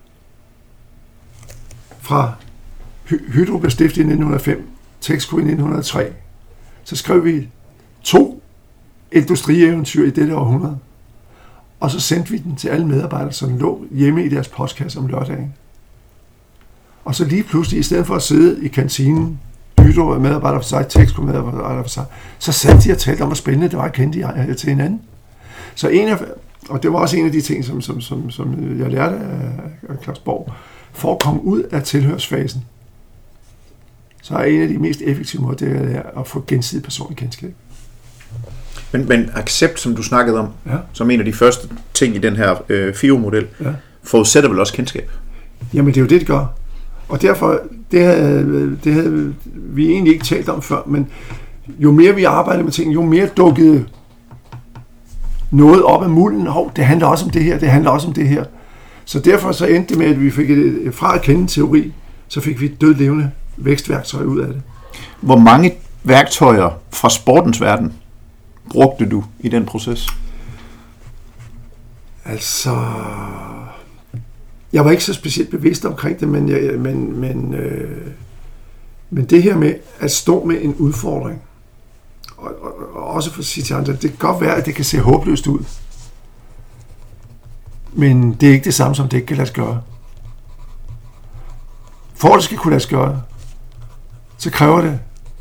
fra Hydro blev stiftet i nitten hundrede og fem, Texaco i nitten hundrede og tre. Så skrev vi to industrieventyr i dette århundrede, og så sendte vi den til alle medarbejdere, som lå hjemme i deres postkasse om lørdagen. Og så lige pludselig, i stedet for at sidde i kantinen, Hydro medarbejdere for sig, Texaco medarbejdere for sig, så satte de og talte om, hvor spændende det var at kende de til hinanden. Så en af, og det var også en af de ting, som, som, som, som jeg lærte af Claus Borg, for at komme ud af tilhørsfasen, så er en af de mest effektive måder, det er at få gensidig personlig kendskab. Men, men accept, som du snakkede om, ja. som en af de første ting i den her øh, F I O model, ja. forudsætter vel også kendskab? Jamen det er jo det, det gør. Og derfor, det havde, det havde vi egentlig ikke talt om før, men jo mere vi arbejder med ting, jo mere dukkede noget op af mulden. Hov, det handler også om det her, det handler også om det her. Så derfor så endte det med, at vi fik et, fra at kende teori, så fik vi et dødlevende vækstværktøj ud af det. Hvor mange værktøjer fra sportens verden brugte du i den proces? Altså, jeg var ikke så specielt bevidst omkring det, men, jeg, men, men, øh, men det her med at stå med en udfordring, og, og, og også for at sige til andre, det kan godt være, at det kan se håbløst ud, men det er ikke det samme, som det ikke kan lade sig gøre. For at det skal kunne lade sig gøre, så kræver det,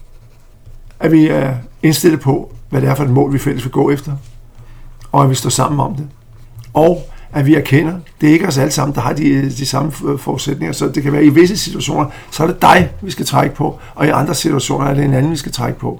at vi er indstillet på, hvad det er for et mål, vi fælles vil gå efter, og at vi står sammen om det. Og at vi erkender, det er ikke os alle sammen, der har de, de samme forudsætninger, så det kan være i visse situationer, så er det dig, vi skal trække på, og i andre situationer er det en anden, vi skal trække på.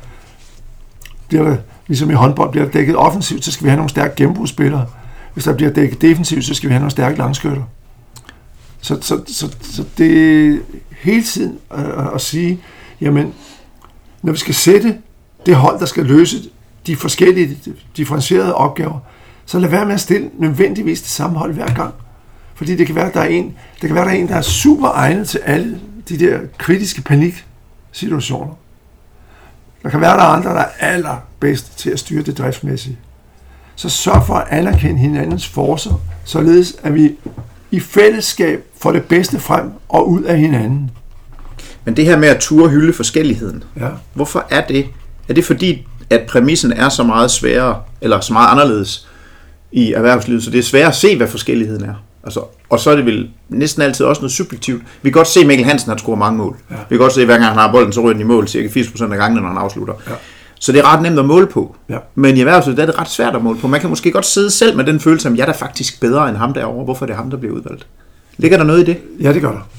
Bliver der, ligesom i håndbold, bliver der dækket offensivt, så skal vi have nogle stærke gennembrudsspillere. Hvis der bliver dækket defensivt, så skal vi have nogle stærke langskytter. Så, så, så, så det er hele tiden at, at sige, jamen, når vi skal sætte det hold, der skal løse de forskellige differentierede opgaver, så lad være med at stille nødvendigvis det samme hold hver gang. Fordi det kan være, at der er en, det kan være, der er en, der er super egnet til alle de der kritiske paniksituationer. Der kan være, der er andre, der er allerbedst til at styre det driftsmæssige. Så sørg for at anerkende hinandens forcer, således at vi i fællesskab får det bedste frem og ud af hinanden. Men det her med at ture hylde forskelligheden, ja. Hvorfor er det? Er det fordi, at præmissen er så meget sværere, eller så meget anderledes i erhvervslivet, så det er svært at se, hvad forskelligheden er? Altså, og så er det vel næsten altid også noget subjektivt. Vi kan godt se, at Mikkel Hansen har scoret mange mål. Ja. Vi kan godt se, at hver gang han har bolden, så ryger den i mål cirka firs procent af gangene, når han afslutter. Ja. Så det er ret nemt at måle på. Ja. Men i erhvervslivet der er det ret svært at måle på. Man kan måske godt sidde selv med den følelse, at jeg er da faktisk bedre end ham derovre. Hvorfor er det ham, der bliver udvalgt? Ligger der noget i det? Ja, det gør der.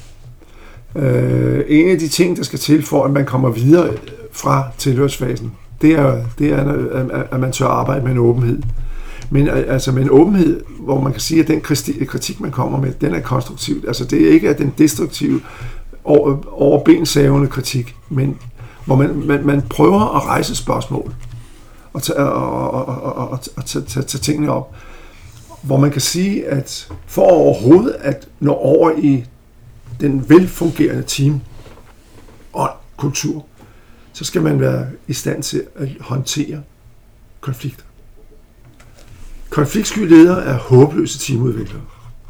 Øh, en af de ting, der skal til for, at man kommer videre fra tilhørsfasen, det er, det er, at man tør arbejde med en åbenhed. Men altså med en åbenhed, hvor man kan sige, at den kritik, man kommer med, den er konstruktiv. Altså det er ikke den destruktive, overbensavende kritik, men hvor man, man, man prøver at rejse spørgsmål og tage, og, og, og, og, og tage, tage, tage tingene op. Hvor man kan sige, at for overhovedet at nå over i den velfungerende team og kultur, så skal man være i stand til at håndtere konflikter. Konfliktsky ledere er håbløse teamudviklere.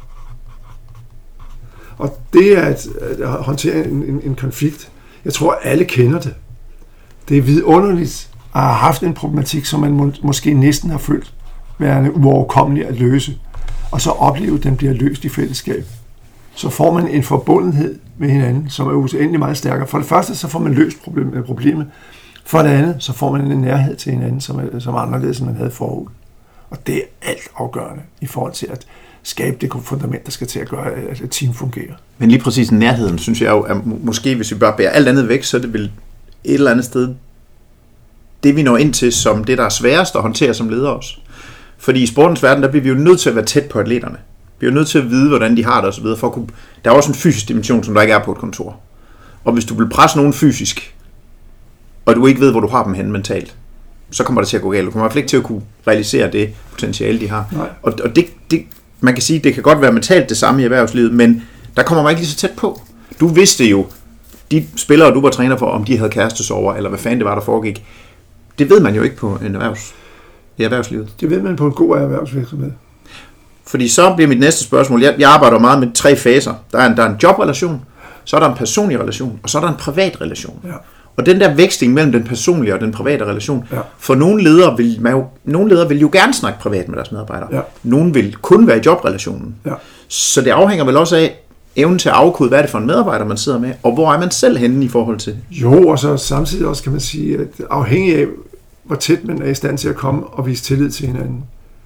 Og det er at, at håndtere en, en, en konflikt. Jeg tror, alle kender det. Det er vidunderligt at have haft en problematik, som man må, måske næsten har følt værende uoverkommelig at løse, og så opleve, at den bliver løst i fællesskab. Så får man en forbundenhed med hinanden, som er uendelig meget stærkere. For det første, så får man løst problemet. For det andet, så får man en nærhed til hinanden, som er, som er anderledes, end man havde forud. Og det er alt afgørende i forhold til at skabe det fundament, der skal til at gøre, at et team fungerer. Men lige præcis nærheden, synes jeg jo, at måske hvis vi bare bærer alt andet væk, så er det vel et eller andet sted det, vi når ind til, som det, der er sværest at håndtere som leder også. Fordi i sportens verden, der bliver vi jo nødt til at være tæt på atleterne. Vi er jo nødt til at vide, hvordan de har det osv. For at kunne... Der er også en fysisk dimension, som der ikke er på et kontor. Og hvis du vil presse nogen fysisk, og du ikke ved, hvor du har dem hen mentalt, så kommer det til at gå galt. Du kommer i hvert fald ikke til at kunne realisere det potentiale, de har. Og, og det, det, man kan sige, det kan godt være mentalt det samme i erhvervslivet, men der kommer man ikke lige så tæt på. Du vidste jo, de spillere, du var træner for, om de havde kærestesorger, eller hvad fanden det var, der foregik. Det ved man jo ikke på en erhvervs, i erhvervslivet. Det ved man på en god erhvervsvirksomhed. Fordi så bliver mit næste spørgsmål, jeg, jeg arbejder meget med tre faser. Der er en, der er en jobrelation, så er der en personlig relation, og så er der en privat relation. Ja. Og den der veksling mellem den personlige og den private relation, ja. For nogle ledere vil man jo, nogle ledere vil jo gerne snakke privat med deres medarbejdere. Ja. Nogle vil kun være i jobrelationen. Ja. Så det afhænger vel også af evnen til at afkode, hvad er det for en medarbejder, man sidder med, og hvor er man selv henne i forhold til? Jo, og så samtidig også kan man sige, at afhængig af, hvor tæt man er i stand til at komme og vise tillid til hinanden,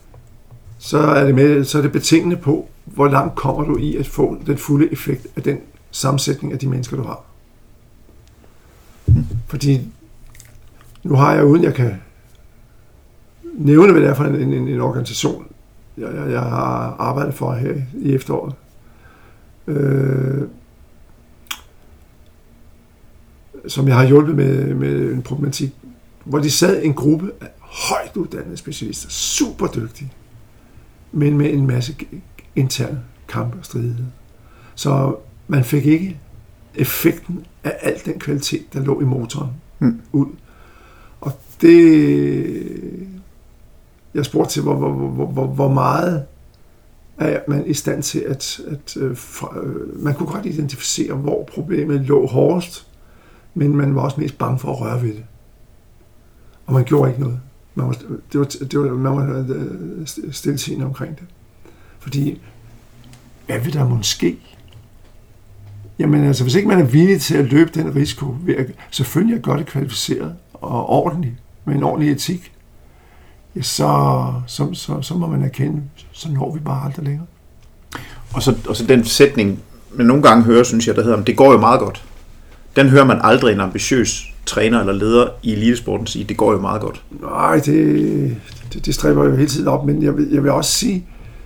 så er det, med, så er det betingende på, hvor langt kommer du i at få den fulde effekt af den sammensætning af de mennesker, du har. Fordi nu har jeg, uden jeg kan nævne, hvad det er for en, en, en organisation, jeg, jeg, jeg har arbejdet for her i efteråret, øh, som jeg har hjulpet med, med en problematik, hvor de sad en gruppe af højt uddannede specialister, super dygtige, men med en masse interne kampe og stridighed. Så man fik ikke effekten af al den kvalitet, der lå i motoren mm. ud. Og det... Jeg spurgte til, hvor, hvor, hvor, hvor, hvor meget er man i stand til at... at øh, fra, øh, man kunne godt identificere, hvor problemet lå hårdest, men man var også mest bange for at røre ved det. Og man gjorde ikke noget. Man var, det var, det var, man var stiltiende omkring det. Fordi, hvad vil der måske? Jamen altså, hvis ikke man er villig til at løbe den risiko, ved at selvfølgelig at gøre det kvalificeret og ordentligt, med en ordentlig etik, ja, så, så, så, så må man erkende, så når vi bare aldrig længere. Og så, og så den sætning, man nogle gange hører, synes jeg, der hedder, det går jo meget godt. Den hører man aldrig en ambitiøs træner eller leder i elitesporten sige, det går jo meget godt. Nej, det, det, det stræber jo hele tiden op, men jeg vil, jeg vil også sige,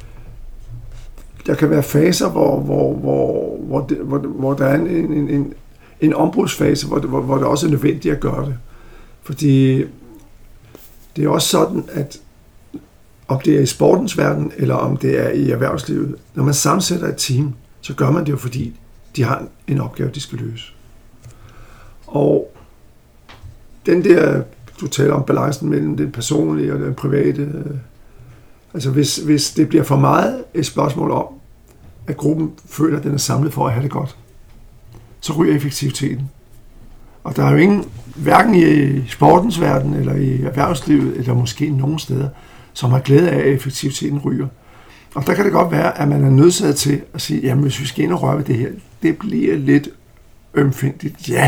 der kan være faser, hvor, hvor, hvor, hvor, det, hvor, hvor der er en, en, en, en ombrudsfase, hvor det, hvor, hvor det også er nødvendigt at gøre det. Fordi det er også sådan, at om det er i sportens verden, eller om det er i erhvervslivet, når man sammensætter et team, så gør man det jo, fordi de har en opgave, de skal løse. Og den der, du taler om balancen mellem den personlige og den private, altså hvis, hvis det bliver for meget et spørgsmål om, at gruppen føler, at den er samlet for at have det godt, så ryger effektiviteten. Og der er jo ingen, hverken i sportens verden, eller i erhvervslivet, eller måske nogen steder, som har glæde af, at effektiviteten ryger. Og der kan det godt være, at man er nødsaget til at sige, jamen hvis vi skal ind og røre ved det her, det bliver lidt ømfindtigt. Ja,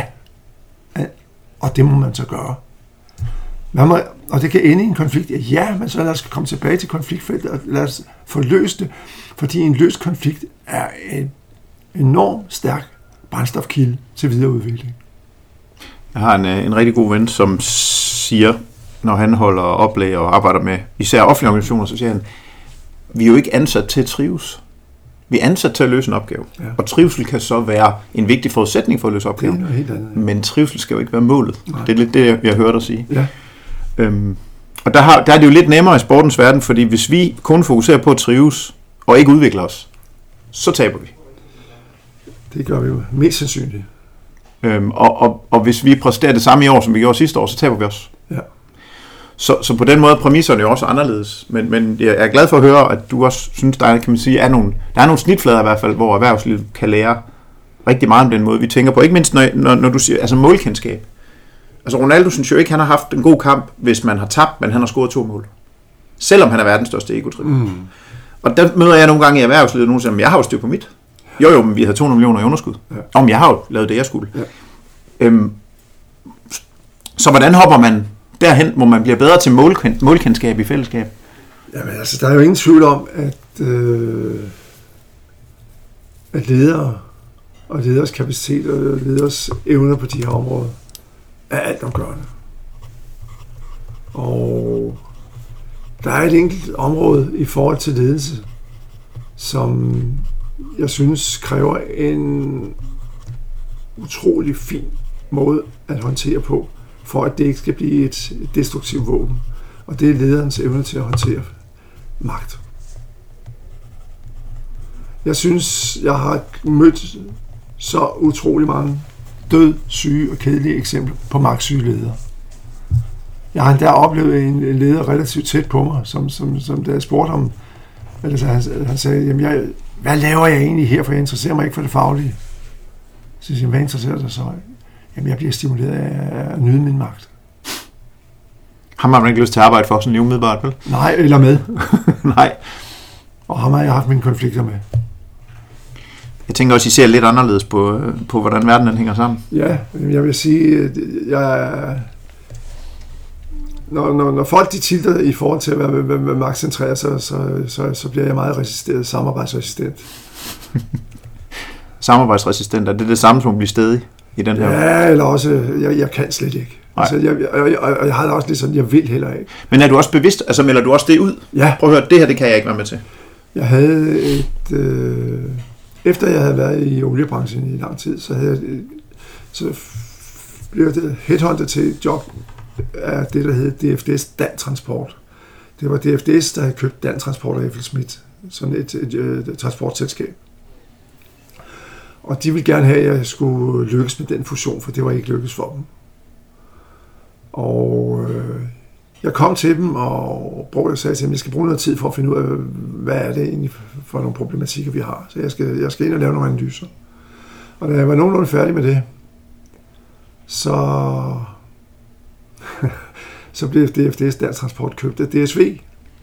og det må man så gøre. Man må, og det kan ende i en konflikt. Ja, men så lad os komme tilbage til konfliktfeltet, og lad os få løst det, fordi en løst konflikt er en enormt stærk brændstofkilde til videreudvikling. Jeg har en, en rigtig god ven, som siger, når han holder oplæg og arbejder med især offentlige organisationer, så siger han, vi er jo ikke ansat til at trives. Vi er ansat til at løse en opgave. Ja. Og trivsel kan så være en vigtig forudsætning for at løse opgaven. Det er helt andet, ja. Men trivsel skal jo ikke være målet. Nej. Det er lidt det, jeg, jeg hørte dig sige. Ja. Øhm, og der, har, der er det jo lidt nemmere i sportens verden, fordi hvis vi kun fokuserer på at trives, og ikke udvikler os, så taber vi. Det gør vi jo mest sandsynligt. Øhm, og, og, og hvis vi præsterer det samme i år, som vi gjorde sidste år, så taber vi også. Ja. Så, så på den måde er præmisserne jo også anderledes. Men, men jeg er glad for at høre, at du også synes, der er, kan man sige, er nogle, der er nogle snitflader i hvert fald, hvor erhvervslivet kan lære rigtig meget om den måde, vi tænker på. Ikke mindst, når, når, når du siger, altså målkendskab. Altså Ronaldo synes jo ikke, han har haft en god kamp, hvis man har tabt, men han har scoret to mål. Selvom han er verdens største egotrip. Mm. Og der møder jeg nogle gange i erhvervslivet, nogen siger, jeg har jo styr på mit. Jo jo, men vi havde to hundrede millioner i underskud. Ja. Om jeg har jo lavet det, jeg skulle. Ja. Øhm, så hvordan hopper man derhen, hvor man bliver bedre til målkend- målkendskab i fællesskab? Jamen altså, der er jo ingen tvivl om, at, øh, at ledere og leders kapacitet og leders evner på de her områder er altafgørende. Og der er et enkelt område i forhold til ledelse, som jeg synes kræver en utrolig fin måde at håndtere på, for at det ikke skal blive et destruktivt våben. Og det er lederens evne til at håndtere magt. Jeg synes, jeg har mødt så utrolig mange død, syge og kedelige eksempler på magtsyge ledere. Jeg har endda oplevet en leder relativt tæt på mig, som, som, som da jeg spurgte ham, altså han, han sagde, jamen jeg, hvad laver jeg egentlig her, for jeg interesserer mig ikke for det faglige. Så siger jeg, hvad interesserer dig så? Jamen jeg bliver stimuleret af at nyde min magt. Har man ikke lyst til at arbejde for sådan lige umiddelbart, vel? Nej, eller med. Nej. Og ham har jeg haft mine konflikter med. Jeg tænker også, I ser lidt anderledes på, på hvordan verden den hænger sammen. Ja, jeg vil sige, at jeg, når, når, når folk de tilter i forhold til at være med, med, med magtcentreret, så, så, så, så bliver jeg meget resistent, samarbejdsresistent. Samarbejdsresistent, er det det samme som at blive stedig i den her? Ja, eller også, jeg, jeg kan slet ikke. Altså, jeg, jeg, jeg, jeg, jeg har det også lidt sådan, jeg vil heller ikke. Men er du også bevidst, altså melder du også det ud? Ja. Prøv at høre, det her, det kan jeg ikke være med til. Jeg havde et... Øh, efter jeg havde været i oliebranchen i lang tid, så havde jeg... Så blev jeg headhunted til et job af det, der hed D F D S Dan Transport. Det var D F D S, der havde købt Dan Transport af F L Smith, sådan et, et, et, et transportselskab. Og de ville gerne have, at jeg skulle lykkes med den fusion, for det var ikke lykkes for dem. Og øh, jeg kom til dem, og brugte sagde til dem, at jeg skal bruge noget tid for at finde ud af, hvad er det egentlig for nogle problematikker, vi har. Så jeg skal, jeg skal ind og lave nogle analyser. Og da jeg var nogenlunde færdig med det, så, så blev D F D S Dan Transport købt af D S V.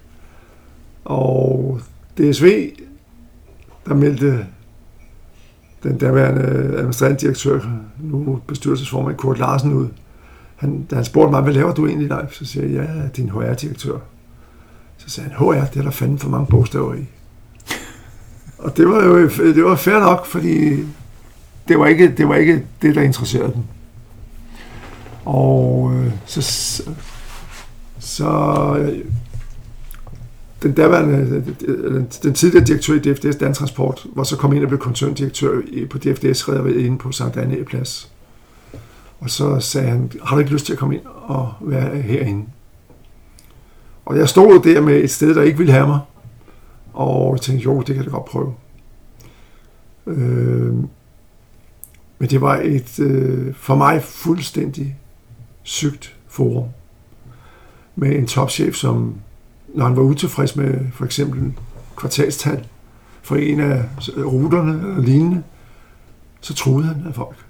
Og D S V, der meldte den daværende administrerende direktør, nu bestyrelsesformand Kurt Larsen, ud. Han, da han spurgte mig, hvad laver du egentlig, Leif? Så siger jeg, ja, jeg er din H R-direktør. Så sagde han, H R, det er der fandme for mange bogstaver i. Og det var jo det var fair nok, fordi det var ikke det, var ikke det der interesserede dem. Og øh, så, så øh, den daværende, den, den tidligere direktør i D F D S Dan Transport, var så kom ind og blev koncerndirektør på D F D S-rederiet inde på Sankt Annæ Plads. Og så sagde han, har du ikke lyst til at komme ind og være herinde? Og jeg stod der med et sted, der ikke ville have mig, og jeg tænkte, jo, det kan jeg da godt prøve. Øh, men det var et øh, for mig fuldstændig sygt forum, med en topchef, som, når han var utilfreds med for eksempel kvartalstal for en af ruterne eller lignende, så truede han af folk.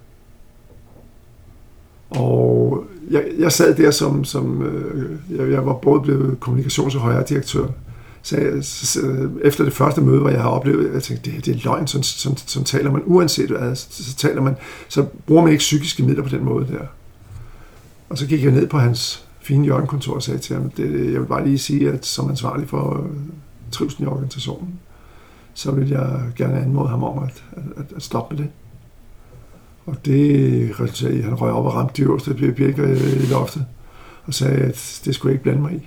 Og jeg, jeg sad der som, som øh, jeg, jeg var både blevet kommunikations- og højredirektør. Så, jeg, så efter det første møde, hvor jeg har oplevet, jeg tænkte, det, det er løgn, sådan, sådan, sådan taler man uanset hvad, så, så taler man, så bruger man ikke psykiske midler på den måde der. Og så gik jeg ned på hans fine hjørnekontor og sagde til ham, det, jeg vil bare lige sige, at som ansvarlig for øh, trivslen i organisationen, så vil jeg gerne anmode ham om at, at, at stoppe med det. Og det resulterede i, at han røg op og ramte de øverste bjælker i loftet og sagde, at det skulle jeg ikke blande mig i.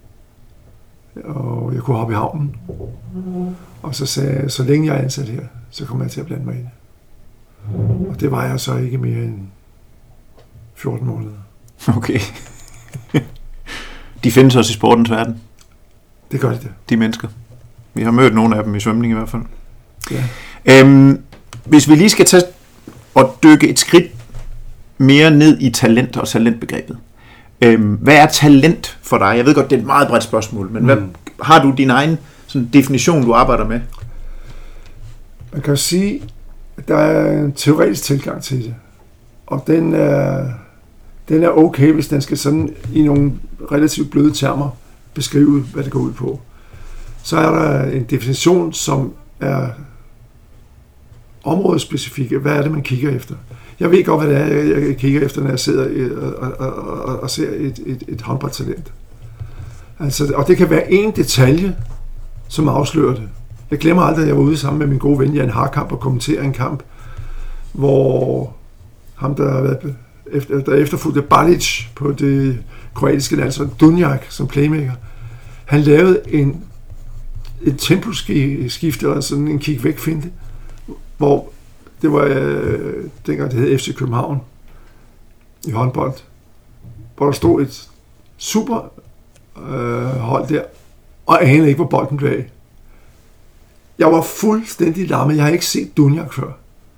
Og jeg kunne hoppe i havnen. Og så sagde jeg, så længe jeg er ansat her, så kommer jeg til at blande mig i det. Og det var jeg så ikke mere end fjorten måneder. Okay. De findes også i sportens verden. Det gør de det. De mennesker. Vi har mødt nogle af dem i svømning i hvert fald. Ja. Øhm, hvis vi lige skal tage og dykke et skridt mere ned i talent og talentbegrebet. Øhm, hvad er talent for dig? Jeg ved godt, det er et meget bredt spørgsmål, men mm. hvad, har du din egen sådan, definition, du arbejder med? Man kan jo sige, at der er en teoretisk tilgang til det, og den er, den er okay, hvis den skal sådan i nogle relativt bløde termer beskrive, hvad det går ud på. Så er der en definition, som er områdespecifik. Hvad er det, man kigger efter? Jeg ved godt, hvad det er, jeg kigger efter, når jeg sidder og, og, og, og ser et, et, et håndboldtalent. Altså, og det kan være en detalje, som afslører det. Jeg glemmer aldrig, at jeg var ude sammen med min gode ven Jan Harkamp og kommentere en kamp, hvor ham, der har været efter, der efterfulgte Balic på det kroatiske landshold, Dunjak som playmaker, han lavede en et temposkift, eller sådan en kig væk finte, hvor det var øh, dengang det hed F C København i håndbold, hvor der stod et super øh, hold der, og anede ikke, hvor bolden blev af. Jeg var fuldstændig lammet. Jeg har ikke set Dunjak før.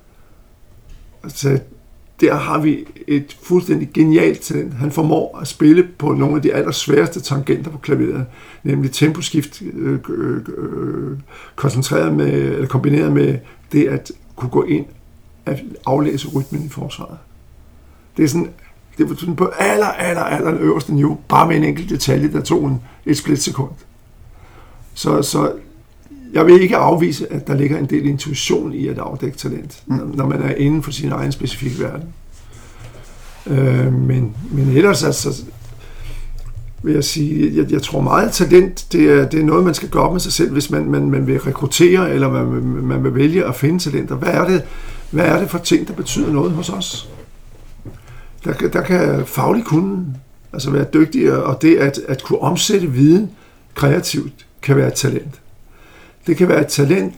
Altså, der har vi et fuldstændig genialt talent. Han formår at spille på nogle af de allersværeste tangenter på klaveret, nemlig temposkift øh, øh, koncentreret med, eller kombineret med det at kunne gå ind og aflæse rytmen i forsvaret. Det er sådan, det var sådan på aller, aller, aller øverste niveau, bare med en enkelt detalje, der tog en, et splitsekund. Så, så jeg vil ikke afvise, at der ligger en del intuition i at afdække talent, mm. når man er inden for sin egen specifikke verden. Øh, men, men ellers altså, vil jeg sige. Jeg, jeg tror meget, at talent, det er, det er noget, man skal gøre op med sig selv, hvis man, man, man vil rekruttere, eller man, man vil vælge at finde talenter. Hvad er det, hvad er det for ting, der betyder noget hos os? Der, der kan faglig kunden altså være dygtig, og det at, at kunne omsætte viden kreativt, kan være et talent. Det kan være et talent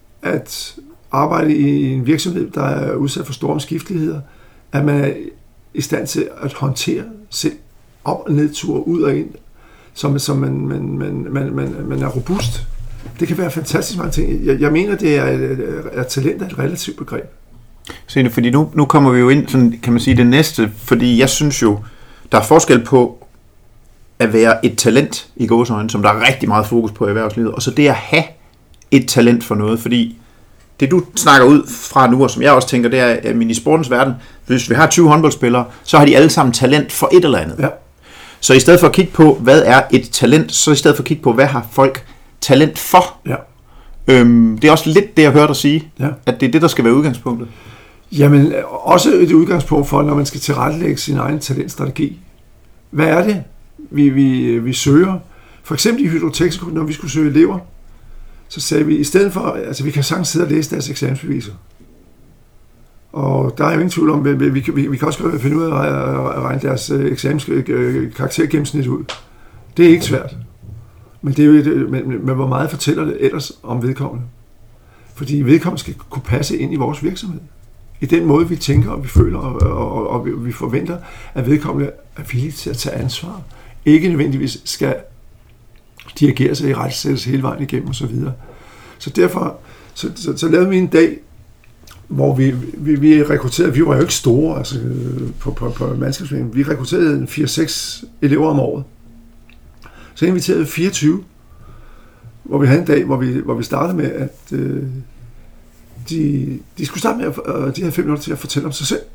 at arbejde i en virksomhed, der er udsat for store omskifteligheder, at man er i stand til at håndtere selv op- og nedture, ud og ind, som, som man, man, man, man, man, man er robust. Det kan være fantastisk mange ting. Jeg, jeg mener, det er, at talent er et relativt begreb. Se, fordi nu, nu kommer vi jo ind, sådan, kan man sige, det næste, fordi jeg synes jo, der er forskel på at være et talent i gåseøjne, som der er rigtig meget fokus på i erhvervslivet, og så det at have et talent for noget, fordi det du snakker ud fra nu, og som jeg også tænker, det er, at i sportens verden, hvis vi har tyve håndboldspillere, så har de alle sammen talent for et eller andet. Ja. Så i stedet for at kigge på, hvad er et talent, så i stedet for at kigge på, hvad har folk talent for? Ja. Øhm, det er også lidt det, jeg hørte dig sige, ja. at det er det, der skal være udgangspunktet. Jamen, også et udgangspunkt for, når man skal tilrettelægge sin egen talentstrategi. Hvad er det, vi, vi, vi søger? For eksempel i Hydrotexaco, når vi skulle søge elever, så sagde vi, i stedet for, altså vi kan sagtens sidde og læse deres eksamensbeviser. Og der er jo ingen tvivl om, vi, vi, vi, vi kan også finde ud af at regne deres eksamens karaktergennemsnit ud. Det er ikke svært. Men, det er jo, men, men hvor meget fortæller det ellers om vedkommende? Fordi vedkommende skal kunne passe ind i vores virksomhed. I den måde, vi tænker, og vi føler, og, og, og vi forventer, at vedkommende er villig til at tage ansvar. Ikke nødvendigvis skal dirigere sig i retsættelse hele vejen igennem og så videre. Så derfor så, så, så lavede vi en dag, hvor vi, vi, vi rekrutterede, vi var jo ikke store altså, på, på, på mandskabsplanen, vi rekrutterede fire seks elever om året. Så inviterede vi fireogtyve, hvor vi havde en dag, hvor vi, hvor vi startede med, at øh, de, de skulle starte med, at øh, de havde fem minutter til at fortælle om sig selv.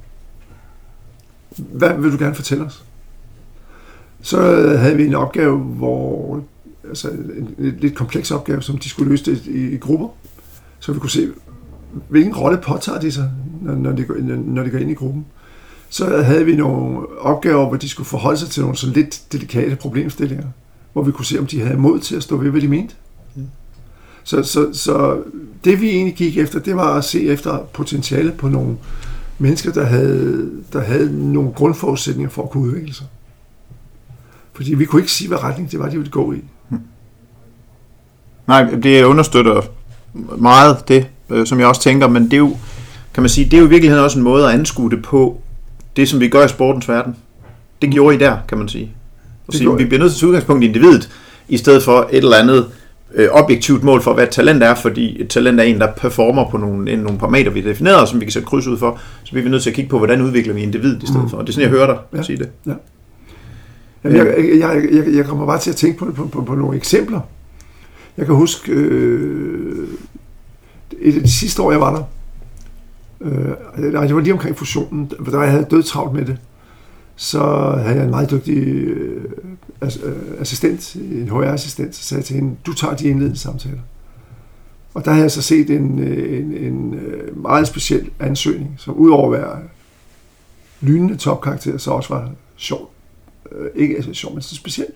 Hvad vil du gerne fortælle os? Så havde vi en opgave, hvor, altså en, en lidt kompleks opgave, som de skulle løse det i, i grupper, så vi kunne se, hvilken rolle påtager de sig, når, når, de går, når de går ind i gruppen. Så havde vi nogle opgaver, hvor de skulle forholde sig til nogle sådan lidt delikate problemstillinger, hvor vi kunne se, om de havde mod til at stå ved, hvad de mente. Mm. Så, så, så det vi egentlig gik efter, det var at se efter potentiale på nogle mennesker, der havde, der havde nogle grundforudsætninger for at kunne udvikle sig. Fordi vi kunne ikke sige, hvad retning det var, de ville gå i. Mm. Nej, det understøtter meget det, øh, som jeg også tænker, men det er jo, kan man sige, det er jo i virkeligheden også en måde at anskue det på, det som vi gør i sportens verden. Det gjorde I der, kan man sige. Og sige, vi bliver nødt til at tage udgangspunkt i individet, i stedet for et eller andet øh, objektivt mål for, hvad et talent er, fordi et talent er en, der performer på nogle, nogle parametre, vi definerer, som vi kan sætte kryds ud for, så bliver vi nødt til at kigge på, hvordan udvikler vi individet i stedet for. Og det er sådan, jeg hører dig ja. sige det. Ja. Jamen, jeg, jeg, jeg, jeg kommer bare til at tænke på, på, på, på nogle eksempler. Jeg kan huske, øh, et af de sidste år, jeg var der, øh, det var lige omkring fusionen, der jeg havde død travlt med det, så havde jeg en meget dygtig øh, assistent, en H R-assistent, så sagde jeg til hende, du tager de indledende samtaler. Og der havde jeg så set en, en, en meget speciel ansøgning, som udover at være lynende topkarakter, så også var sjov. Øh, ikke altså sjov, men så specielt.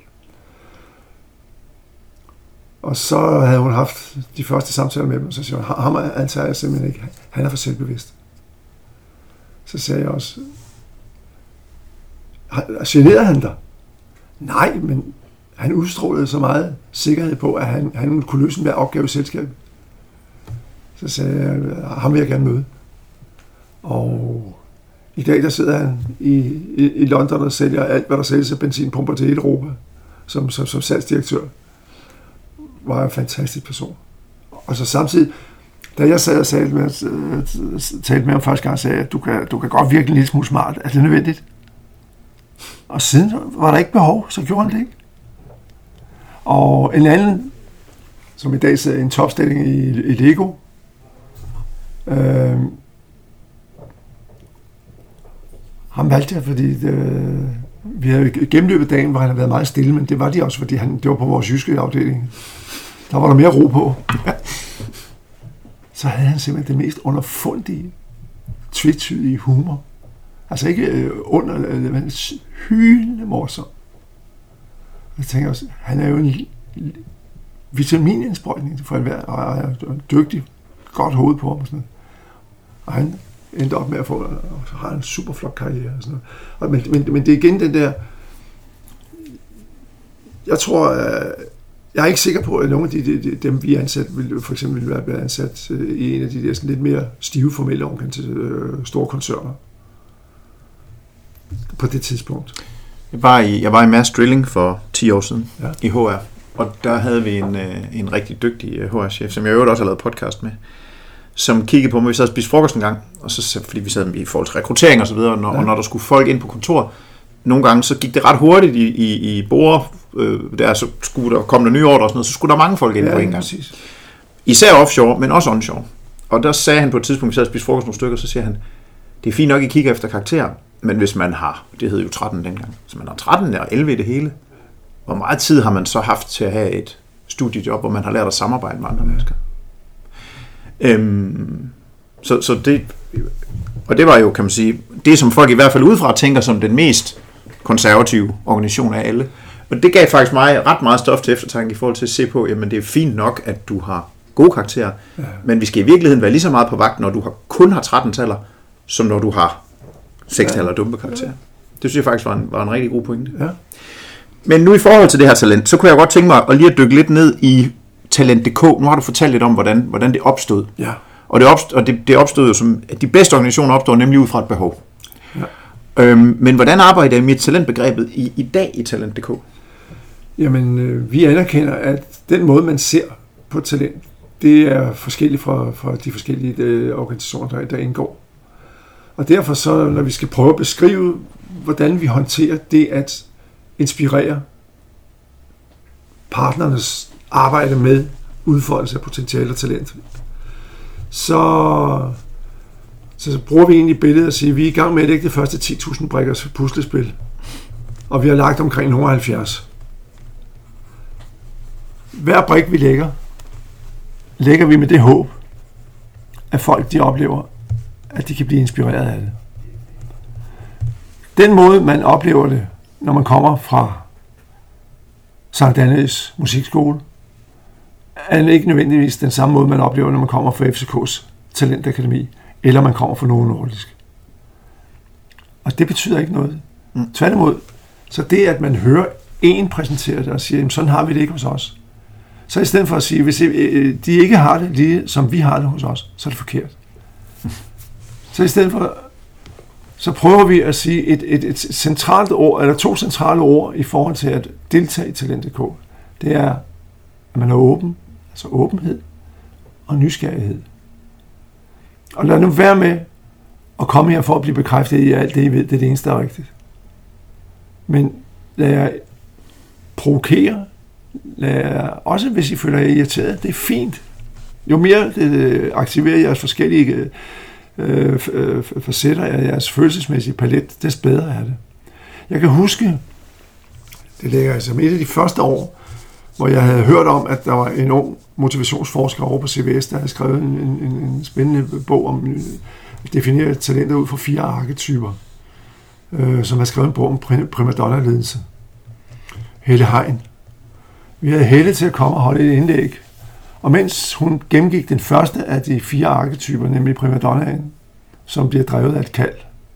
Og så havde hun haft de første samtaler med dem, og så siger hun, ham antager jeg simpelthen ikke, han er for selvbevidst. Så sagde jeg også, generede han dig? Nej, men han udstrålede så meget sikkerhed på, at han, han kunne løse en hver opgave i selskabet. Så sagde jeg, ham vil jeg gerne møde. Og i dag der sidder han i, i, i London og sælger alt, hvad der sælges af benzinpumper til hele Europa, som, som, som salgsdirektør. Var en fantastisk person. Og så samtidig, da jeg sad og talte med, talte med ham første gang, sagde jeg, at du kan, du kan godt virke en lille smule smart. Er det nødvendigt? Og siden var der ikke behov, så gjorde han det ikke. Og en anden, som i dag sidder i en topstilling i, i Lego, øh, ham valgte jeg, fordi det, vi havde gennemløbet dagen, hvor han havde været meget stille, men det var de også, fordi han, det var på vores jyske afdeling. Der var der mere ro på. Så havde han simpelthen det mest underfundige, tvetydige humor. Altså ikke under, men hylende morsom. Jeg tænker også, han er jo en vitaminindsprøjtning for enhver, og er dygtig, godt hoved på ham og sådan noget. Og han endte op med at få, og så har han en super flot karriere og sådan noget. Og, men, men, men det er igen den der, jeg tror, jeg er ikke sikker på, at nogle af de, de, dem, vi er ansat, vil, for eksempel vil være ansat i en af de der sådan lidt mere stive formelle organisationer, store koncerner på det tidspunkt. Jeg var i, jeg var i Mass Drilling for ti år siden, ja. I H R, og der havde vi en, en rigtig dygtig H R-chef, som jeg øvrigt også har lavet podcast med, som kiggede på mig, vi sad og spiste frokost en gang, og så, fordi vi sad i forhold til rekruttering og så videre, og når, ja. og når der skulle folk ind på kontor, nogle gange så gik det ret hurtigt i, i, i bord, øh, der så skulle der komme der nye ordre og sådan noget, så skulle der mange folk ind ja, på en gang. Præcis. Især offshore, men også onshore. Og der sagde han på et tidspunkt, vi sad og spiste frokost nogle stykker, så siger han, det er fint nok, I kigger efter karakterer, men hvis man har, det hed jo tretten dengang, så man har tretten og elleve i det hele, hvor meget tid har man så haft til at have et studiejob, hvor man har lært at samarbejde med andre mennesker? Øhm, så, så det, og det var jo, kan man sige, det som folk i hvert fald udefra tænker som den mest konservative organisation af alle. Og det gav faktisk mig ret meget stof til eftertanke i forhold til at se på, jamen det er fint nok, at du har gode karakterer, ja. Men vi skal i virkeligheden være lige så meget på vagt, når du har, kun har tretten taller, som når du har seks taller dumpe karakterer. Det synes jeg faktisk var en, var en rigtig god pointe. Ja. Men nu i forhold til det her talent, så kunne jeg godt tænke mig at lige at dykke lidt ned i Talent punktum d k. Nu har du fortalt lidt om, hvordan, hvordan det opstod. Ja. Og, det opstod, og det, det opstod jo som, at de bedste organisationer opstår nemlig ud fra et behov. Ja. Øhm, men hvordan arbejder I med talentbegrebet i, i dag i Talent punktum d k? Jamen, øh, vi anerkender, at den måde, man ser på talent, det er forskelligt fra, fra de forskellige øh, organisationer, der, der indgår. Og derfor så, når vi skal prøve at beskrive, hvordan vi håndterer det at inspirere partnernes arbejde med udfoldelse af potentiale og talent, så, så bruger vi egentlig billedet og siger, at vi er i gang med at lægge det første ti tusind brikkers puslespil, og vi har lagt omkring halvfjerds. Hver brik vi lægger, lægger vi med det håb, at folk de oplever, at de kan blive inspireret af det. Den måde, man oplever det, når man kommer fra Sankt Annæs Musikskole, er ikke nødvendigvis den samme måde, man oplever, når man kommer fra F C K's Talentakademi, eller man kommer fra Novo Nordisk. Og det betyder ikke noget. Mm. Tværtimod, så det, at man hører en præsentere det og siger, jamen, sådan har vi det ikke hos os, så i stedet for at sige, hvis de ikke har det lige, som vi har det hos os, så er det forkert. Så i stedet for, så prøver vi at sige et, et, et centralt ord, eller to centrale ord i forhold til at deltage i Talent punktum d k. Det er, at man er åben, altså åbenhed og nysgerrighed. Og lad nu være med at komme her for at blive bekræftet i alt det, I ved, det er det eneste, der er rigtigt. Men lad jer provokere, lad jer, også hvis I føler jer irriteret, det er fint. Jo mere det aktiverer jeres forskellige øh, øh, facetter af jeres følelsesmæssige palet, des bedre er det. Jeg kan huske, det ligger altså med et af de første år, hvor jeg havde hørt om, at der var en ung motivationsforsker over på C V S, der havde skrevet en, en, en spændende bog om at definere talenter ud fra fire arketyper, øh, som har skrevet en bog om primadonna-ledelse. Helle Hein. Vi havde Helle til at komme og holde et indlæg, og mens hun gennemgik den første af de fire arketyper, nemlig primadonnaen, som bliver drevet af et kald,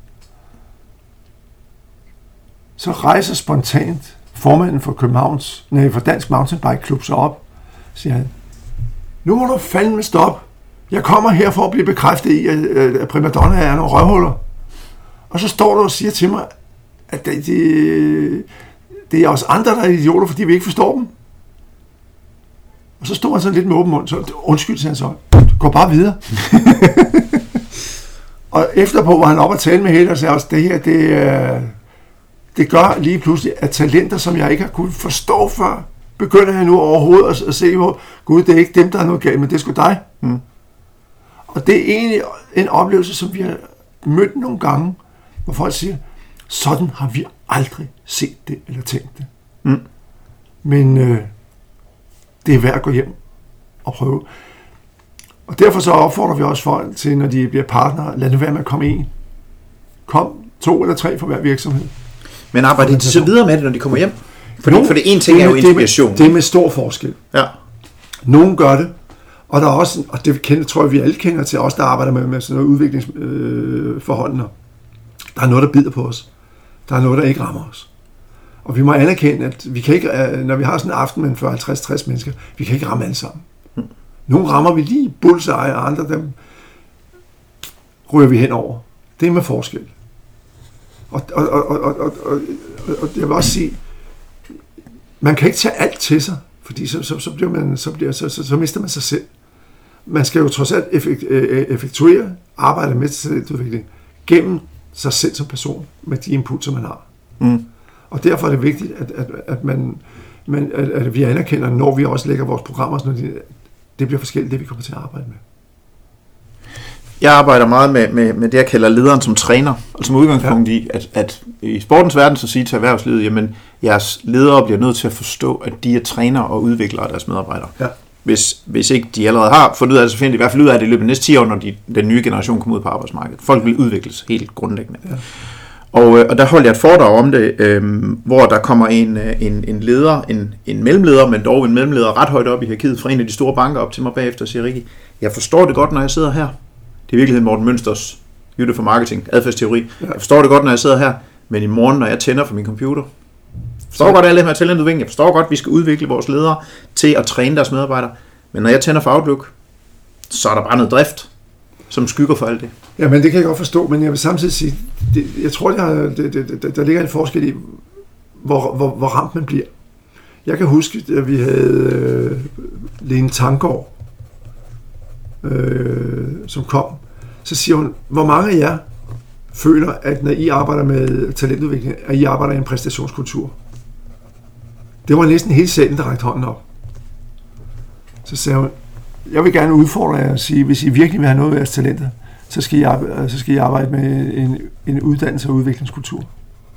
så rejser spontant formanden for Københavns, nej, for Dansk Mountainbike Klub så op, siger han, nu må du fandme stoppe. Jeg kommer her for at blive bekræftet i, at, at primadonna er nogle røvhuller. Og så står du og siger til mig, at det, det, det er os andre, der er idioter, fordi vi ikke forstår dem. Og så stod han sådan lidt med åben mund, så undskyld, sagde han så, gå bare videre. Og efterpå var han op og tale med Helle og sagde også, det her, det, det gør lige pludselig, at talenter, som jeg ikke har kunnet forstå før, begynder jeg nu overhovedet at, at se på, gud, det er ikke dem, der er noget galt, men det er sgu dig. Mm. Og det er egentlig en oplevelse, som vi har mødt nogle gange, hvor folk siger, sådan har vi aldrig set det eller tænkt det. Mm. Men øh, det er værd at gå hjem og prøve. Og derfor så opfordrer vi også folk til, når de bliver partnere, lad nu være med at komme en. Kom to eller tre for hver virksomhed. Men arbejder de så videre med det, når de kommer hjem? For, Nogen, for det ene ting det er jo inspiration. Det er, med, det er med stor forskel. Ja. Nogen gør det, og der er også, og det kender, tror jeg, vi alle kender til os, der arbejder med, med sådan noget udviklingsforholdene. Øh, der er noget, der bider på os. Der er noget, der ikke rammer os. Og vi må anerkende, at vi kan ikke, når vi har sådan en aften med fyrre halvtreds tres mennesker, vi kan ikke ramme alle sammen. Hmm. Nogle rammer vi lige bullseye, og andre dem ryger vi hen over. Det er med forskel. Og, og, og, og, og, og, og jeg vil også sige, man kan ikke tage alt til sig, fordi så, så, så, bliver man, så, bliver, så, så, så mister man sig selv. Man skal jo trods alt effektuere arbejde med talentudvikling gennem sig selv som person, med de impulser, man har. Mm. Og derfor er det vigtigt, at, at, at, man, man, at, at vi anerkender, når vi også lægger vores programmer, så det, det bliver forskelligt, det vi kommer til at arbejde med. Jeg arbejder meget med, med, med det, jeg kalder lederen som træner, og som udgangspunkt ja. i, at, at i sportens verden, så sige til erhvervslivet, jamen, jeres ledere bliver nødt til at forstå, at de er træner og udvikler deres medarbejdere. Ja. Hvis, hvis ikke de allerede har fundet ud af det, så finder de i hvert fald ud af det i løbet af næste ti år, når de, den nye generation kommer ud på arbejdsmarkedet. Folk vil udvikles helt grundlæggende. Ja. Og, og der holdt jeg et foredrag om det, øh, hvor der kommer en, en, en leder, en, en mellemleder, men dog en mellemleder ret højt op i hierarkiet fra en af de store banker op til mig bagefter og siger, Rikke, jeg forstår det godt, når jeg sidder her. Det er i virkeligheden Morten Mønsters Jytte for Marketing, adfærdsteori. Ja. Jeg forstår det godt, når jeg sidder her, men i morgen, når jeg tænder for min computer, jeg forstår godt alle dem her talentudvikling, jeg forstår godt, at vi skal udvikle vores ledere til at træne deres medarbejdere, men når jeg tænder for Outlook, så er der bare noget drift, som skygger for alt det. Ja, men det kan jeg godt forstå, men jeg vil samtidig sige, det, jeg tror, der, det, det, det, der ligger en forskel i, hvor, hvor, hvor ramt man bliver. Jeg kan huske, at vi havde øh, Lene Tanggaard, øh, som kom, så siger hun, hvor mange af jer føler, at når I arbejder med talentudvikling, at I arbejder i en præstationskultur? Det var næsten hele salen, der rakte hånden op. Så sagde hun, jeg vil gerne udfordre jer og sige, hvis I virkelig vil have noget af jeres talenter, så skal I arbejde, så skal I arbejde med en, en uddannelse og udviklingskultur.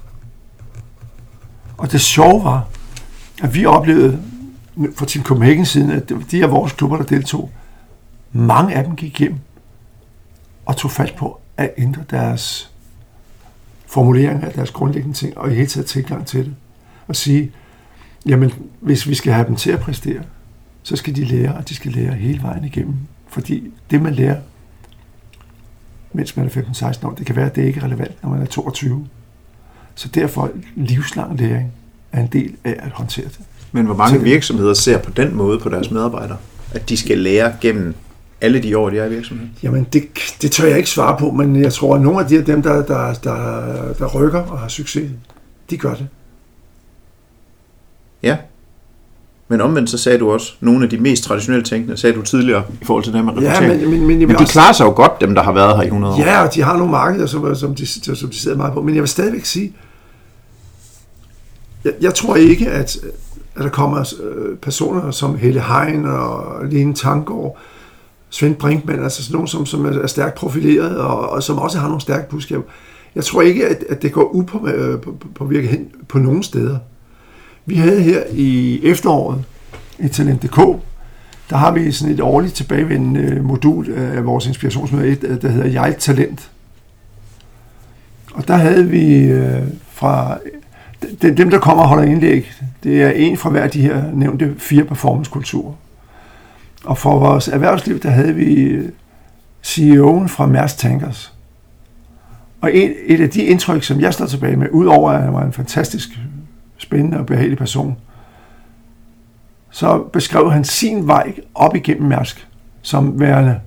Og det sjove var, at vi oplevede fra Team Copenhagen siden, at de af vores klubber, der deltog, mange af dem gik hjem og tog fat på at ændre deres formulering af deres grundlæggende ting, og i hele taget tilgang til det. Og sige, jamen, hvis vi skal have dem til at præstere, så skal de lære, og de skal lære hele vejen igennem. Fordi det, man lærer, mens man er femten seksten år, det kan være, at det ikke er relevant, når man er toogtyve. Så derfor livslang læring er en del af at håndtere det. Men hvor mange virksomheder ser på den måde på deres medarbejdere, at de skal lære gennem alle de år, de er i virksomheden? Jamen, det, det tør jeg ikke svare på, men jeg tror, at nogle af de dem, der, der, der, der rykker og har succes, de gør det. Ja. Men omvendt så sagde du også, nogle af de mest traditionelle tænkende, sagde du tidligere i forhold til det med rekruttering. Ja, men, men, men, men de også klarer sig jo godt, dem der har været her i hundrede år. Ja, og de har nogle markeder, som, som, de, som de sidder meget på. Men jeg vil stadigvæk sige, jeg, jeg tror ikke, at, at der kommer personer som Helle Hein og Lene Tanggaard, Svend Brinkmann, altså sådan nogle, som, som er stærkt profileret, og, og som også har nogle stærke budskaber. Jeg tror ikke, at, at det går upåvirket hen på nogen steder. Vi havde her i efteråret i Talent punktum d k, der har vi sådan et årligt tilbagevendende modul af vores inspirationsmøde, der hedder Jeg Talent. Og der havde vi fra dem, der kommer og holder indlæg, det er en fra hver af de her nævnte fire performancekulturer. Og for vores erhvervsliv, der havde vi C E O'en fra Mærsk Tankers. Og et, et af de indtryk, som jeg står tilbage med, udover at han var en fantastisk, spændende og behagelig person, så beskrev han sin vej op igennem Mærsk som værende,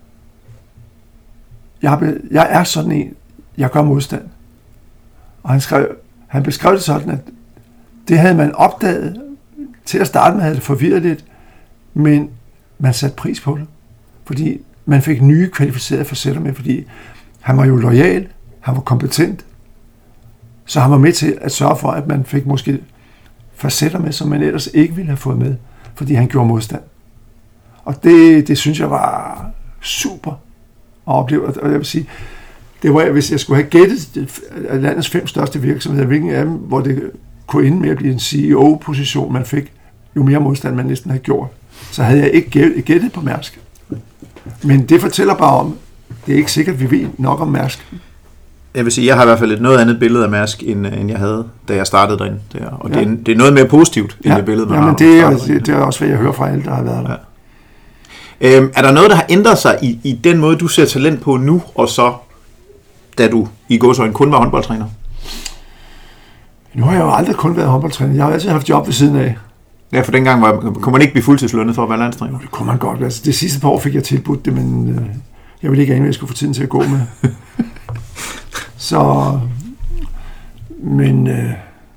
jeg, jeg er sådan en, jeg gør modstand. Og han, skrev, han beskrev det sådan, at det havde man opdaget, til at starte med havde det forvirret lidt, men man satte pris på det, fordi man fik nye kvalificerede facetter med, fordi han var jo loyal, han var kompetent, så han var med til at sørge for, at man fik måske facetter med, som man ellers ikke ville have fået med, fordi han gjorde modstand. Og det, det synes jeg var super at opleve, og jeg vil sige, det var, hvis jeg skulle have gættet landets fem største virksomheder, hvilken af dem, hvor det kunne ende med at blive en C E O-position, man fik, jo mere modstand man næsten havde gjort, så havde jeg ikke gættet på Mærsk. Men det fortæller bare om, det er ikke sikkert, at vi ved nok om Mærsk. Jeg vil sige, jeg har i hvert fald et noget andet billede af Mærsk, end, end jeg havde, da jeg startede derinde. Der. Og ja. det, er, det er noget mere positivt, end ja. det billede, man ja, har. Men det er, det, det er også, hvad jeg hører fra alle, der har været der. Ja. Øhm, er der noget, der har ændret sig i, i den måde, du ser talent på nu, og så, da du i gåseøjne kun var håndboldtræner? Nu har jeg jo aldrig kun været håndboldtræner. Jeg har altid haft job ved siden af. Ja, for dengang var, kunne man ikke blive fuldtidslønnet for at være landstræner? Det kunne man godt. Altså, det sidste par år fik jeg tilbudt det, men øh, jeg ville ikke ane, hvad jeg skulle få tiden til at gå med. Så, men øh,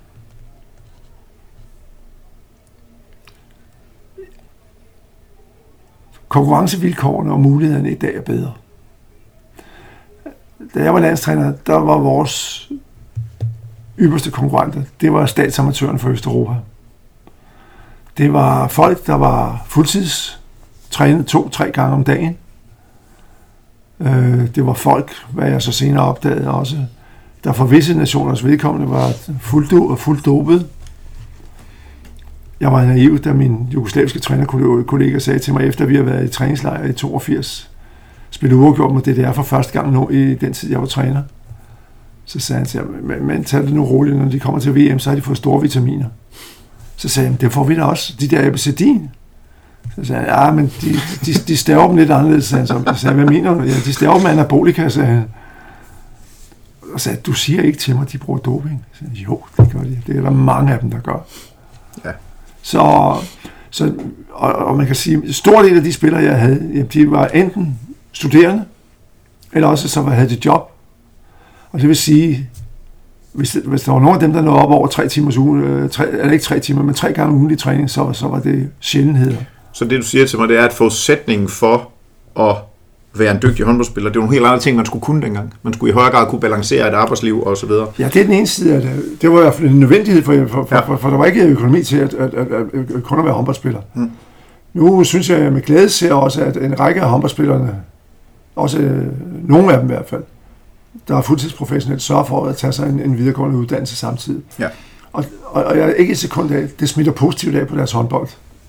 konkurrencevilkårene og mulighederne i dag er bedre. Da jeg var landstræner, der var vores ypperste konkurrenter, det var statsamatøren for Østeuropa. Det var folk, der var fuldtidstrænet to-tre gange om dagen. Det var folk, hvad jeg så senere opdagede også, der for visse nationers vedkommende var fuldt og fuldt dopet. Jeg var naiv, da min jugoslaviske trænerkollega sagde til mig, efter vi havde været i træningslejr i toogfirs, spillede uafgjort med D D R for første gang nu i den tid, jeg var træner. Så sagde han til mig, men tag det nu roligt, når de kommer til V M, så har de fået store vitaminer. Så sagde han, det får vi da også, de der abecedin. Så sagde han, ja, men de, de, de staver dem lidt anderledes, sagde han. Så sagde, hvad mener du? Ja, de staver dem anabolika, sagde han. Og sagde, du siger ikke til mig, de bruger doping. Så sagde, jo, det gør de. Det er der mange af dem, der gør. Ja. Så, så og, og man kan sige, en stor del af de spillere, jeg havde, jamen, de var enten studerende, eller også så havde de job. Og det vil sige, hvis, hvis der var nogen af dem, der nåede op over tre timers uge, øh, tre, eller ikke tre timer, men tre gange ugenlig træning, så, så var det sjældenheder. Så det, du siger til mig, det er, at forudsætningen for at være en dygtig håndboldspiller, det er nogle helt andre ting, man skulle kunne dengang. Man skulle i højere grad kunne balancere et arbejdsliv og så videre. Ja, det er den ene side af det. Det var i hvert fald en nødvendighed, for, for, for, ja. for, for der var ikke økonomi til at, at, at, at, at kun at være håndboldspiller. Hmm. Nu synes jeg med glæde ser også, at en række af håndboldspillerne, også nogle af dem i hvert fald, der er fuldtidsprofessionelt, sørger for at tage sig en, en videregående uddannelse samtidig. Ja. Og, og, og jeg er ikke et sekund af, det smitter positivt af på deres håndbold.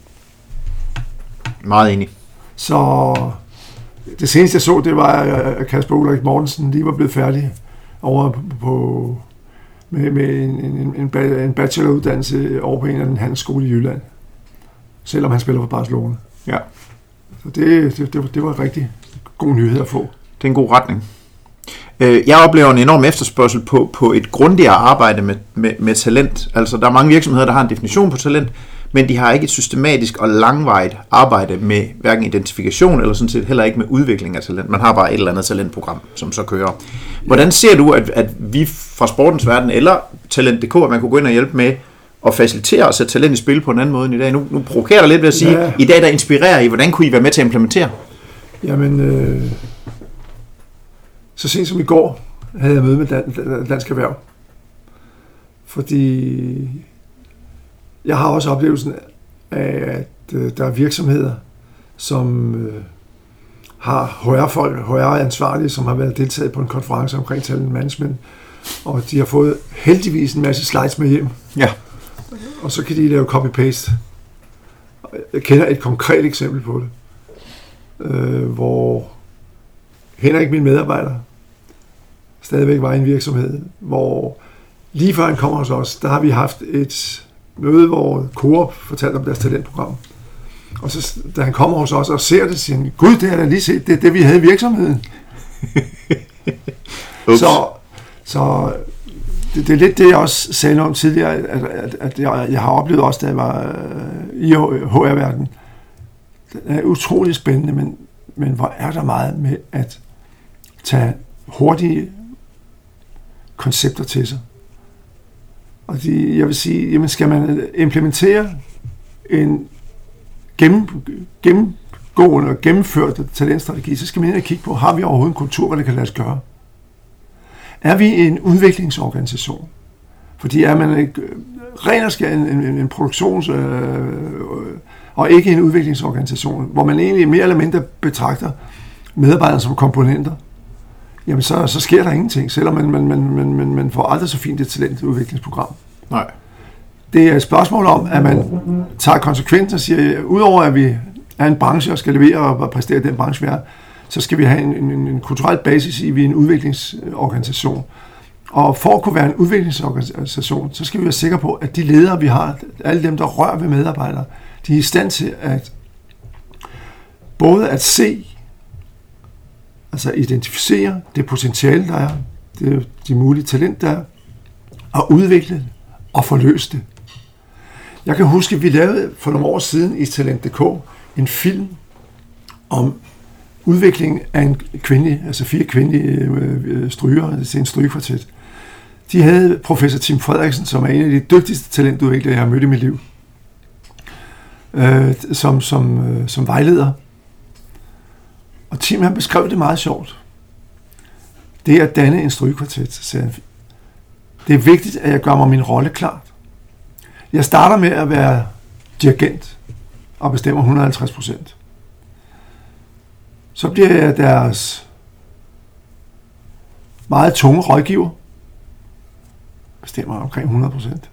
Meget enig. Så det seneste jeg så, det var, at Kasper Ulrik Mortensen lige var blevet færdig over på, med, med en, en, en bacheloruddannelse over på en af den handelsskole i Jylland. Selvom han spiller for Barcelona. Ja. Så det, det, det, det var en rigtig god nyhed at få. Det er en god retning. Jeg oplever en enorm efterspørgsel på, på et grundigere arbejde med, med, med talent. Altså, der er mange virksomheder, der har en definition på talent, men de har ikke et systematisk og langvarigt arbejde med hverken identifikation eller sådan set heller ikke med udvikling af talent. Man har bare et eller andet talentprogram, som så kører. Hvordan ser du, at, at vi fra sportens verden eller Talent punktum d k, at man kunne gå ind og hjælpe med at facilitere og sætte talent i spil på en anden måde end i dag? Nu, nu provokerer jeg lidt ved at sige, ja. I dag der inspirerer I, hvordan kunne I være med til at implementere? Jamen, øh, så sent som i går havde jeg møde med Dan, Dansk Erhverv. Fordi jeg har også oplevelsen af, at øh, der er virksomheder, som øh, har H R-folk, H R-ansvarlige, som har været deltaget på en konference omkring talent management, og de har fået heldigvis en masse slides med hjem. Ja. Og så kan de lave copy-paste. Jeg kender et konkret eksempel på det, øh, hvor Henrik, min medarbejder, stadigvæk var i en virksomhed, hvor lige før han kommer hos os, der har vi haft et møde, hvor Coop fortalte om deres talentprogram. Og så, da han kommer hos os og ser det, siger han, gud, det har jeg lige set, det er det, vi havde i virksomheden. så så det, det er lidt det, jeg også sagde om tidligere, at, at, at jeg, jeg har oplevet også, da jeg var i H R-verdenen. Det er utrolig spændende, men, men hvor er der meget med at tage hurtige koncepter til sig. Og de, jeg vil sige, jamen skal man implementere en gennem, gennemgående og gennemført talentstrategi, så skal man ind og kigge på, har vi overhovedet en kultur, hvor det kan lade os gøre? Er vi en udviklingsorganisation? Fordi er man ikke, ren og skær en, en, en produktions- øh, og ikke en udviklingsorganisation, hvor man egentlig mere eller mindre betragter medarbejdere som komponenter, jamen så, så sker der ingenting, selvom man, man, man, man, man, man får aldrig så fint et talentudviklingsprogram. Nej. Det er et spørgsmål om, at man tager konsekvenser og siger, udover at vi er en branche og skal levere og præstere den branche, vi er, så skal vi have en, en, en kulturel basis i, at vi er en udviklingsorganisation. Og for at kunne være en udviklingsorganisation, så skal vi være sikre på, at de ledere, vi har, alle dem, der rører ved medarbejdere, de er i stand til at både at se, altså identificere det potentiale, der er, det, de mulige talent, der er, og udvikle det og forløse det. Jeg kan huske, at vi lavede for nogle år siden i Talent punktum d k en film om udviklingen af en kvindelig, altså fire kvindelige øh, strygere, det er en strygekvartet. De havde professor Tim Frederiksen, som er en af de dygtigste talentudviklere, jeg har mødt i mit liv, øh, som, som, øh, som vejleder. Og Tim, han beskrev det meget sjovt. Det er at danne en strygekvartet, sagde han. Det er vigtigt, at jeg gør mig min rolle klart. Jeg starter med at være dirigent og bestemmer et hundrede og halvtreds procent. Så bliver jeg deres meget tunge rådgiver, bestemmer omkring hundrede procent.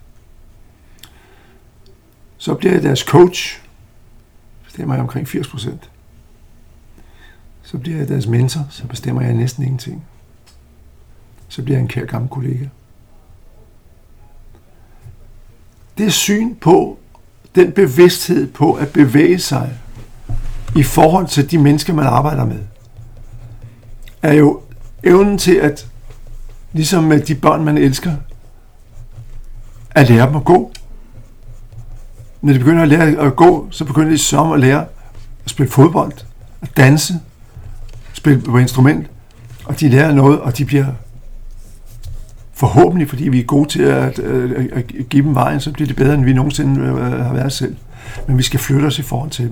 Så bliver jeg deres coach, bestemmer jeg omkring firs procent. Så bliver jeg deres mentor, så bestemmer jeg næsten ingenting. Så bliver jeg en kær gammel kollega. Det syn på, den bevidsthed på at bevæge sig i forhold til de mennesker, man arbejder med, er jo evnen til at, ligesom med de børn, man elsker, at lære dem at gå. Når de begynder at lære at gå, så begynder de som at lære at spille fodbold, at danse, spille på instrument, og de lærer noget, og de bliver forhåbentlig, fordi vi er gode til at, at, at give dem vejen, så bliver det bedre, end vi nogensinde har været selv. Men vi skal flytte os i forhold til dem.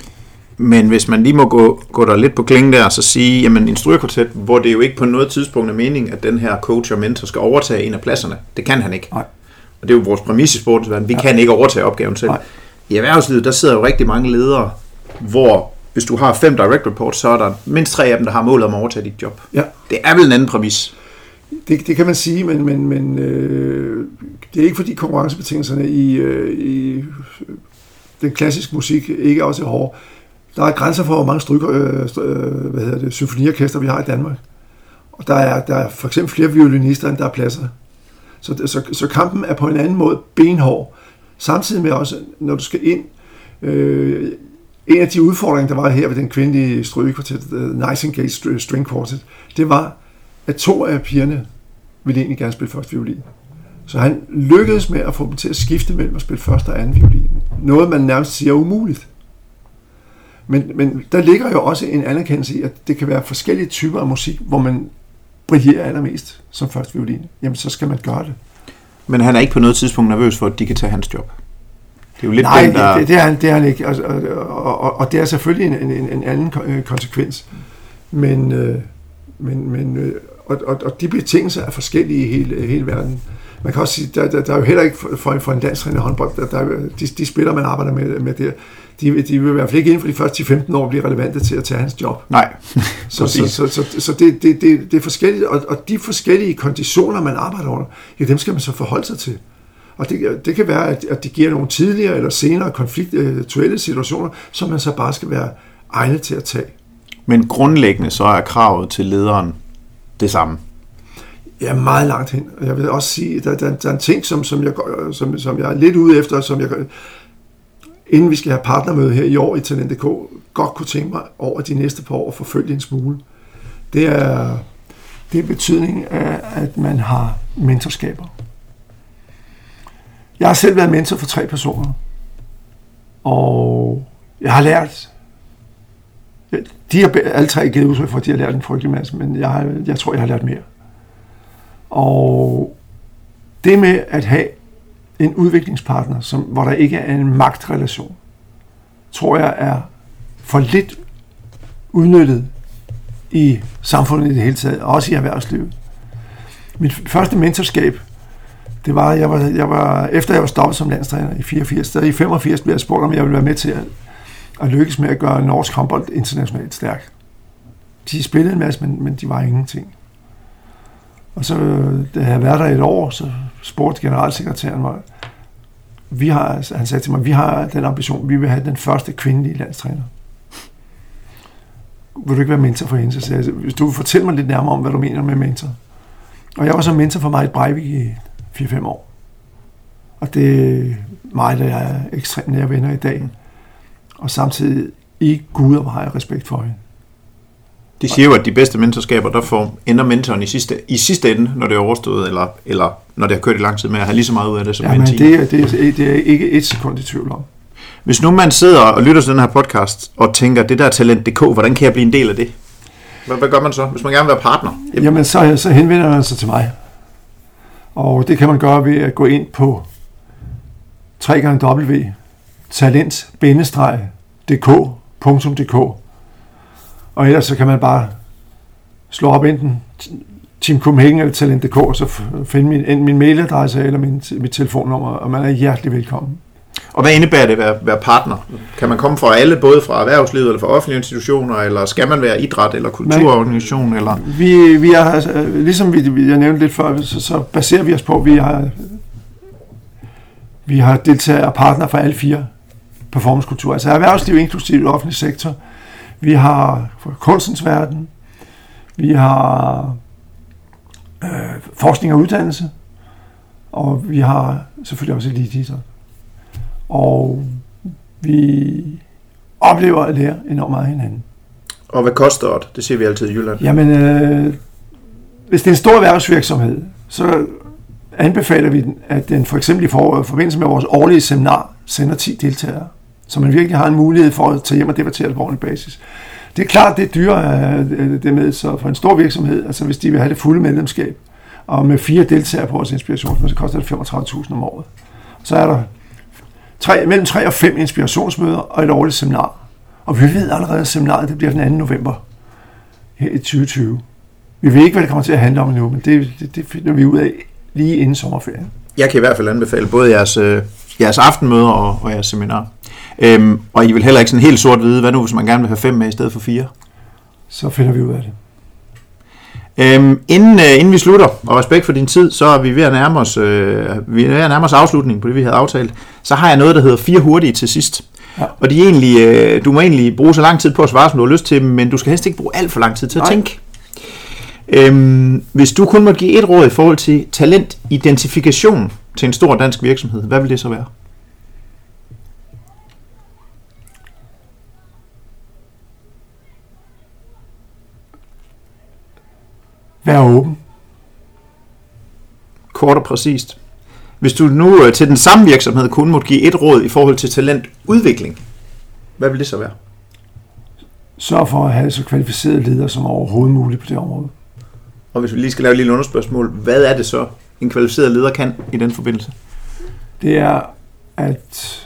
Men hvis man lige må gå, gå der lidt på klingen der, så sige, jamen en strygekvartet, hvor det jo ikke på noget tidspunkt er mening, at den her coach og mentor skal overtage en af pladserne. Det kan han ikke. Nej. Og det er jo vores præmis i sportens verden. Vi ja. kan ikke overtage opgaven selv. Nej. I erhvervslivet, der sidder jo rigtig mange ledere, hvor hvis du har fem direct reports, så er der mindst tre af dem, der har målet om at overtage dit job. Ja. Det er vel en anden præmis. Det, det kan man sige, men, men, men øh, det er ikke fordi konkurrencebetingelserne i, øh, i den klassiske musik ikke også er hårde. Der er grænser for, hvor mange stryk, øh, hvad hedder det, symfoniorkester vi har i Danmark. Og der er, der er for eksempel flere violinister, end der er pladser. Så, så, så kampen er på en anden måde benhård. Samtidig med også, når du skal ind, øh, en af de udfordringer, der var her ved den kvindelige strygekvartet, Nightingale String Quartet, det var, at to af pigerne ville egentlig gerne spille første violin. Så han lykkedes med at få dem til at skifte mellem at spille første og anden violin. Noget, man nærmest siger er umuligt. Men, men der ligger jo også en anerkendelse i, at det kan være forskellige typer af musik, hvor man brillerer allermest som første violin. Jamen, så skal man gøre det. Men han er ikke på noget tidspunkt nervøs for, at de kan tage hans job? Det er jo lidt Nej, den, der... det, det, er han, det er han ikke. Og, og, og, og det er selvfølgelig en, en, en anden konsekvens. Men, men, men og, og, og de betingelser er forskellige i hele, hele verden. Man kan også sige, der, der, der er jo heller ikke for, for en landstræner håndbold, der, der, de, de spillere, man arbejder med, med der, de, de vil i hvert fald ikke inden for de første ti til femten år blive relevante til at tage hans job. Nej, så, så, så, så, så det, det, det, det er forskelligt, og, og de forskellige konditioner, man arbejder under, ja, dem skal man så forholde sig til. Og det, det kan være, at, at det giver nogle tidligere eller senere konfliktuelle situationer, som man så bare skal være egnet til at tage. Men grundlæggende så er kravet til lederen det samme? Ja, meget langt hen. Og jeg vil også sige, at der, der, der er en ting, som, som, jeg, som, som jeg er lidt ude efter, som jeg, inden vi skal have partnermøde her i år i Talent punktum d k, godt kunne tænke mig over de næste par år at forfølge en smule. Det er, det er betydningen af, at man har mentorskaber. Jeg har selv været mentor for tre personer, og jeg har lært, de har alle tre givet udtryk for, at de har lært en frygtelig masse, men jeg, har, jeg tror, jeg har lært mere. Og det med at have en udviklingspartner, som, hvor der ikke er en magtrelation, tror jeg er for lidt udnyttet i samfundet i det hele taget, også i erhvervslivet. Mit første mentorskab, det var, jeg var, jeg var efter jeg var stoppet som landstræner i fireogfirs, der i femogfirs blev jeg spurgt, om jeg ville være med til at, at lykkes med at gøre norsk håndbold internationalt stærk. De spillede en masse, men, men de var ingenting. Og så, da jeg havde været der et år, så spurgte generalsekretæren mig, vi har, han sagde til mig, vi har den ambition, vi vil have den første kvindelige landstræner. vil du ikke være mentor for hende? Så sagde jeg, hvis du vil fortælle mig lidt nærmere om, hvad du mener med mentor. Og jeg var så mentor for Marit Breivik i fire fem år. Og det er mig, der er ekstremt nære venner i dag. Og samtidig i Gud og har jeg respekt for hende. De siger jo, at de bedste mentorskaber, der får ender mentoren i sidste, i sidste ende, når det er overstået, eller, eller når det har kørt i lang tid med at have lige så meget ud af det som ja, mentee. Det, det, det, det er ikke et sekund i tvivl om. Hvis nu man sidder og lytter til den her podcast, og tænker, det der talent punktum d k, hvordan kan jeg blive en del af det? Hvad, hvad gør man så, hvis man gerne vil være partner? Jamen, Jamen så, så henvender man sig til mig. Og det kan man gøre ved at gå ind på w w w punktum talent bindestreg d k punktum d k. Og ellers så kan man bare slå op enten Team Copenhagen eller Talent punktum d k, og så finde min, min mailadresse eller min, mit telefonnummer, og man er hjertelig velkommen. Og hvad indebærer det at være, være partner? Kan man komme fra alle, både fra erhvervslivet eller fra offentlige institutioner, eller skal man være idræt eller kulturorganisation? Man, eller? Vi, vi er, ligesom vi, jeg nævnte lidt før, så, så baserer vi os på, at vi har, vi har deltager og partner for alle fire performancekulturer. Altså erhvervsliv inklusive offentlig sektor. Vi har kunstens verden, vi har øh, forskning og uddannelse, og vi har selvfølgelig også eliteidræt. Og vi oplever at lære enormt meget af hinanden. Og hvad koster det? Det ser vi altid i Jylland. Jamen, øh, hvis det er en stor erhvervsvirksomhed, så anbefaler vi, at den for eksempel i forbindelse med vores årlige seminar sender ti deltagere, så man virkelig har en mulighed for at tage hjem og debattere det på ordentlig basis. Det er klart, det er dyrere det med, så for en stor virksomhed, altså hvis de vil have det fulde medlemskab, og med fire deltagere på vores inspirationsmøde, så koster det femogtredive tusind om året. Så er der tre, mellem tre og fem inspirationsmøder og et årligt seminar. Og vi ved allerede, at seminaret det bliver den anden november her i tyve tyve. Vi ved ikke, hvad det kommer til at handle om endnu, men det, det, det finder vi ud af lige inden sommerferien. Jeg kan i hvert fald anbefale både jeres, øh, jeres aftenmøder og, og jeres seminar. Øhm, og I vil heller ikke sådan helt sort vide, hvad nu, hvis man gerne vil have fem med i stedet for fire? Så finder vi ud af det. Øhm, inden, øh, inden vi slutter, og respekt for din tid, så er vi ved at nærme os, øh, vi er ved at nærme os afslutningen på det, vi havde aftalt. Så har jeg noget, der hedder fire hurtige til sidst. Ja. Og de er egentlig, øh, du må egentlig bruge så lang tid på at svare, som du har lyst til, men du skal helst ikke bruge alt for lang tid til at Nej. tænke. Øhm, hvis du kun må give et råd i forhold til talentidentifikation til en stor dansk virksomhed, hvad vil det så være? Vær åben. Kort og præcist. Hvis du nu til den samme virksomhed kun måtte give et råd i forhold til talentudvikling, hvad vil det så være? Sørg for at have så kvalificerede ledere som overhovedet muligt på det område. Og hvis vi lige skal lave et lille underspørgsmål, hvad er det så, en kvalificeret leder kan i den forbindelse? Det er at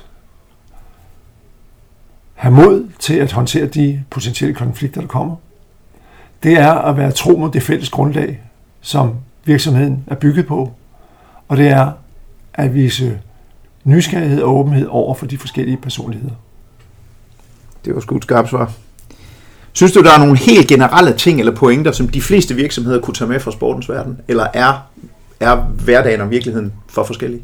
have mod til at håndtere de potentielle konflikter, der kommer. Det er at være tro mod det fælles grundlag, som virksomheden er bygget på. Og det er at vise nysgerrighed og åbenhed over for de forskellige personligheder. Det var sgu et skarpt svar. Synes du, der er nogle helt generelle ting eller pointer, som de fleste virksomheder kunne tage med fra sportens verden? Eller er, er hverdagen og virkeligheden for forskellige?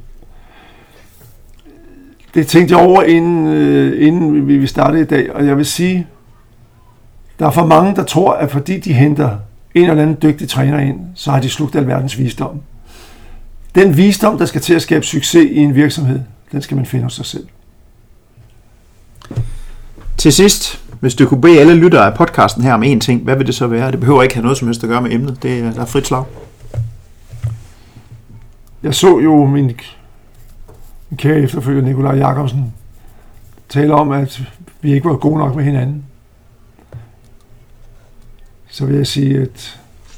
Det tænkte jeg over, inden, øh, inden vi startede i dag, og jeg vil sige, der er for mange, der tror, at fordi de henter en eller anden dygtig træner ind, så har de slugt alverdens visdom. Den visdom, der skal til at skabe succes i en virksomhed, den skal man finde hos sig selv. Til sidst, hvis du kunne bede alle lyttere af podcasten her om én ting, hvad vil det så være? Det behøver ikke have noget som helst at gøre med emnet. Det er, der er frit slag. Jeg så jo min, min kære efterfølger Nikolaj Jakobsen tale om, at vi ikke var gode nok med hinanden. Så vil jeg sige, at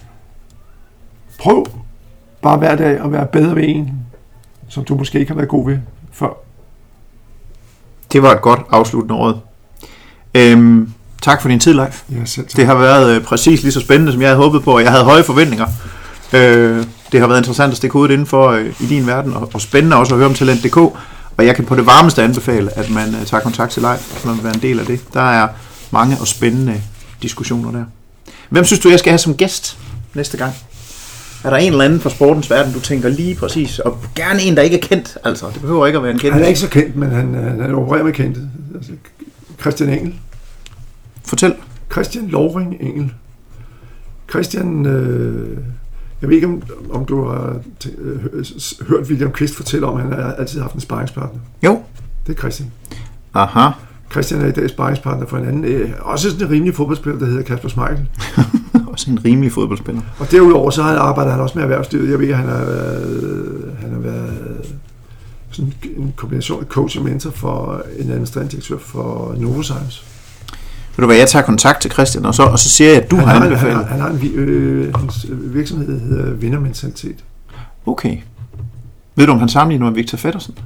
prøv bare hver dag at være bedre ved en, som du måske ikke har været god ved før. Det var et godt afsluttende råd. Øhm, tak for din tid, Leif. Ja, selv tak. Det har været øh, præcis lige så spændende, som jeg havde håbet på, og jeg havde høje forventninger. Øh, det har været interessant at stikke hovedet indenfor øh, i din verden, og, og spændende også at høre om talent punktum d k. Og jeg kan på det varmeste anbefale, at man øh, tager kontakt til Leif, hvis man vil være en del af det. Der er mange og spændende diskussioner der. Hvem synes du, jeg skal have som gæst næste gang? Er der en eller anden fra sportens verden, du tænker lige præcis, og gerne en, der ikke er kendt, altså, det behøver ikke at være en kendt. Han er ikke så kendt, men han, han opererer med kendte. Altså, Christian Engel. Fortæl. Christian Lovring Engel. Christian, øh, jeg ved ikke, om, om du har t- øh, hørt William Kvist fortælle om, at han har altid haft en sparringspartner. Jo. Det er Christian. Aha. Christian er i dag sparringspartner for en anden, øh, også sådan en rimelig fodboldspiller, der hedder Kasper Schmeichel. Også en rimelig fodboldspiller. Og derudover så arbejder han også med erhvervslivet. Jeg ved, at han har været, han har været sådan en kombination af coach og mentor for en administrerende direktør for Novozymes. Ved du hvad, jeg tager kontakt til Christian, og så, og så siger jeg, at du han har har anbefalet. Han har, han har en øh, hans virksomhed hedder Vindermentalitet. Okay. Ved du, om han sammenligner med Victor Feddersen?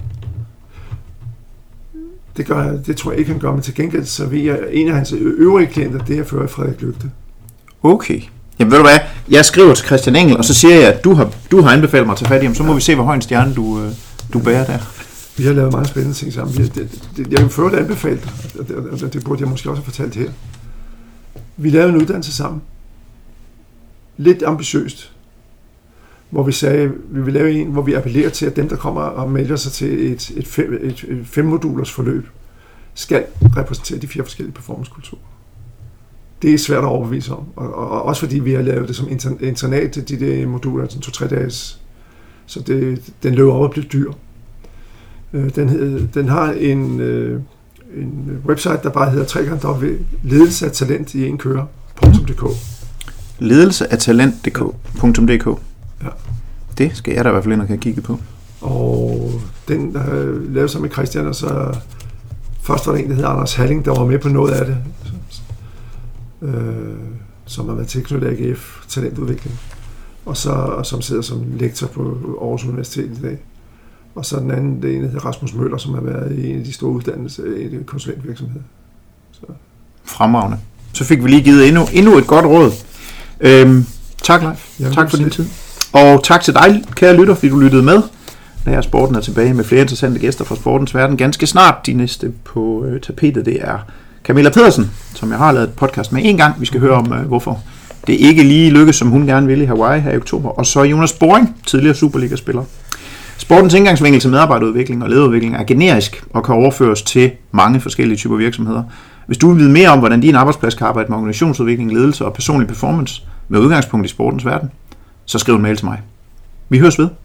Det, gør, det tror jeg ikke, han gør, men til gengæld så ved jeg, at en af hans øvrige klienter, det er for Frederik Lygte. Okay. Jamen ved du hvad, jeg skriver til Christian Engel, og så siger jeg, at du har, du har anbefalet mig at tage fat i ham, så må ja. vi se, hvor høj en stjerne du, du bærer der. Vi har lavet mange spændende ting sammen. Det, det, det, jeg vil før det anbefalt, og det, og det burde jeg måske også have fortalt her. Vi lavede en uddannelse sammen. Lidt ambitiøst. Hvor vi sagde, at vi vil lave en, hvor vi appellerer til, at dem, der kommer og melder sig til et, et, fem, et, et fem-modulers forløb, skal repræsentere de fire forskellige performancekulturer. Det er svært at overbevise om. Og, og, og også fordi vi har lavet det som internat, de der moduler, sådan to-tre dages. Så det, den løber op og bliver dyr. Den, den har en, en website, der bare hedder tre gange w ledelse af talent i en kører punktum d k. ledelse af talent punktum d k. Ja. Det skal jeg da i hvert fald ind og kan kigge på. Og den der har lavet sig med Christian, og så først var der en, der hedder Anders Halling, der var med på noget af det, øh, som har været tilknyttet A G F talentudvikling, og så og som sidder som lektor på Aarhus Universitet i dag. Og så den anden, det ene hedder Rasmus Møller, som har været i en af de store uddannelser i en konsulentvirksomhed. Så. Fremragende. Så fik vi lige givet endnu, endnu et godt råd. Øhm, tak, Leif. Jamen, tak for din tid. Og tak til dig, kære lytter, fordi du lyttede med. Lærer Sporten er tilbage med flere interessante gæster fra sportens verden. Ganske snart de næste på øh, tapetet, det er Camilla Pedersen, som jeg har lavet et podcast med en gang. Vi skal høre om, øh, hvorfor det ikke lige lykkes, som hun gerne ville i Hawaii her i oktober. Og så Jonas Boring, tidligere Superliga-spiller. Sportens indgangsvinkel til medarbejderudvikling og lederudvikling er generisk og kan overføres til mange forskellige typer virksomheder. Hvis du vil vide mere om, hvordan din arbejdsplads kan arbejde med organisationsudvikling, ledelse og personlig performance med udgangspunkt i sportens verden, så skriv en mail til mig. Vi høres ved.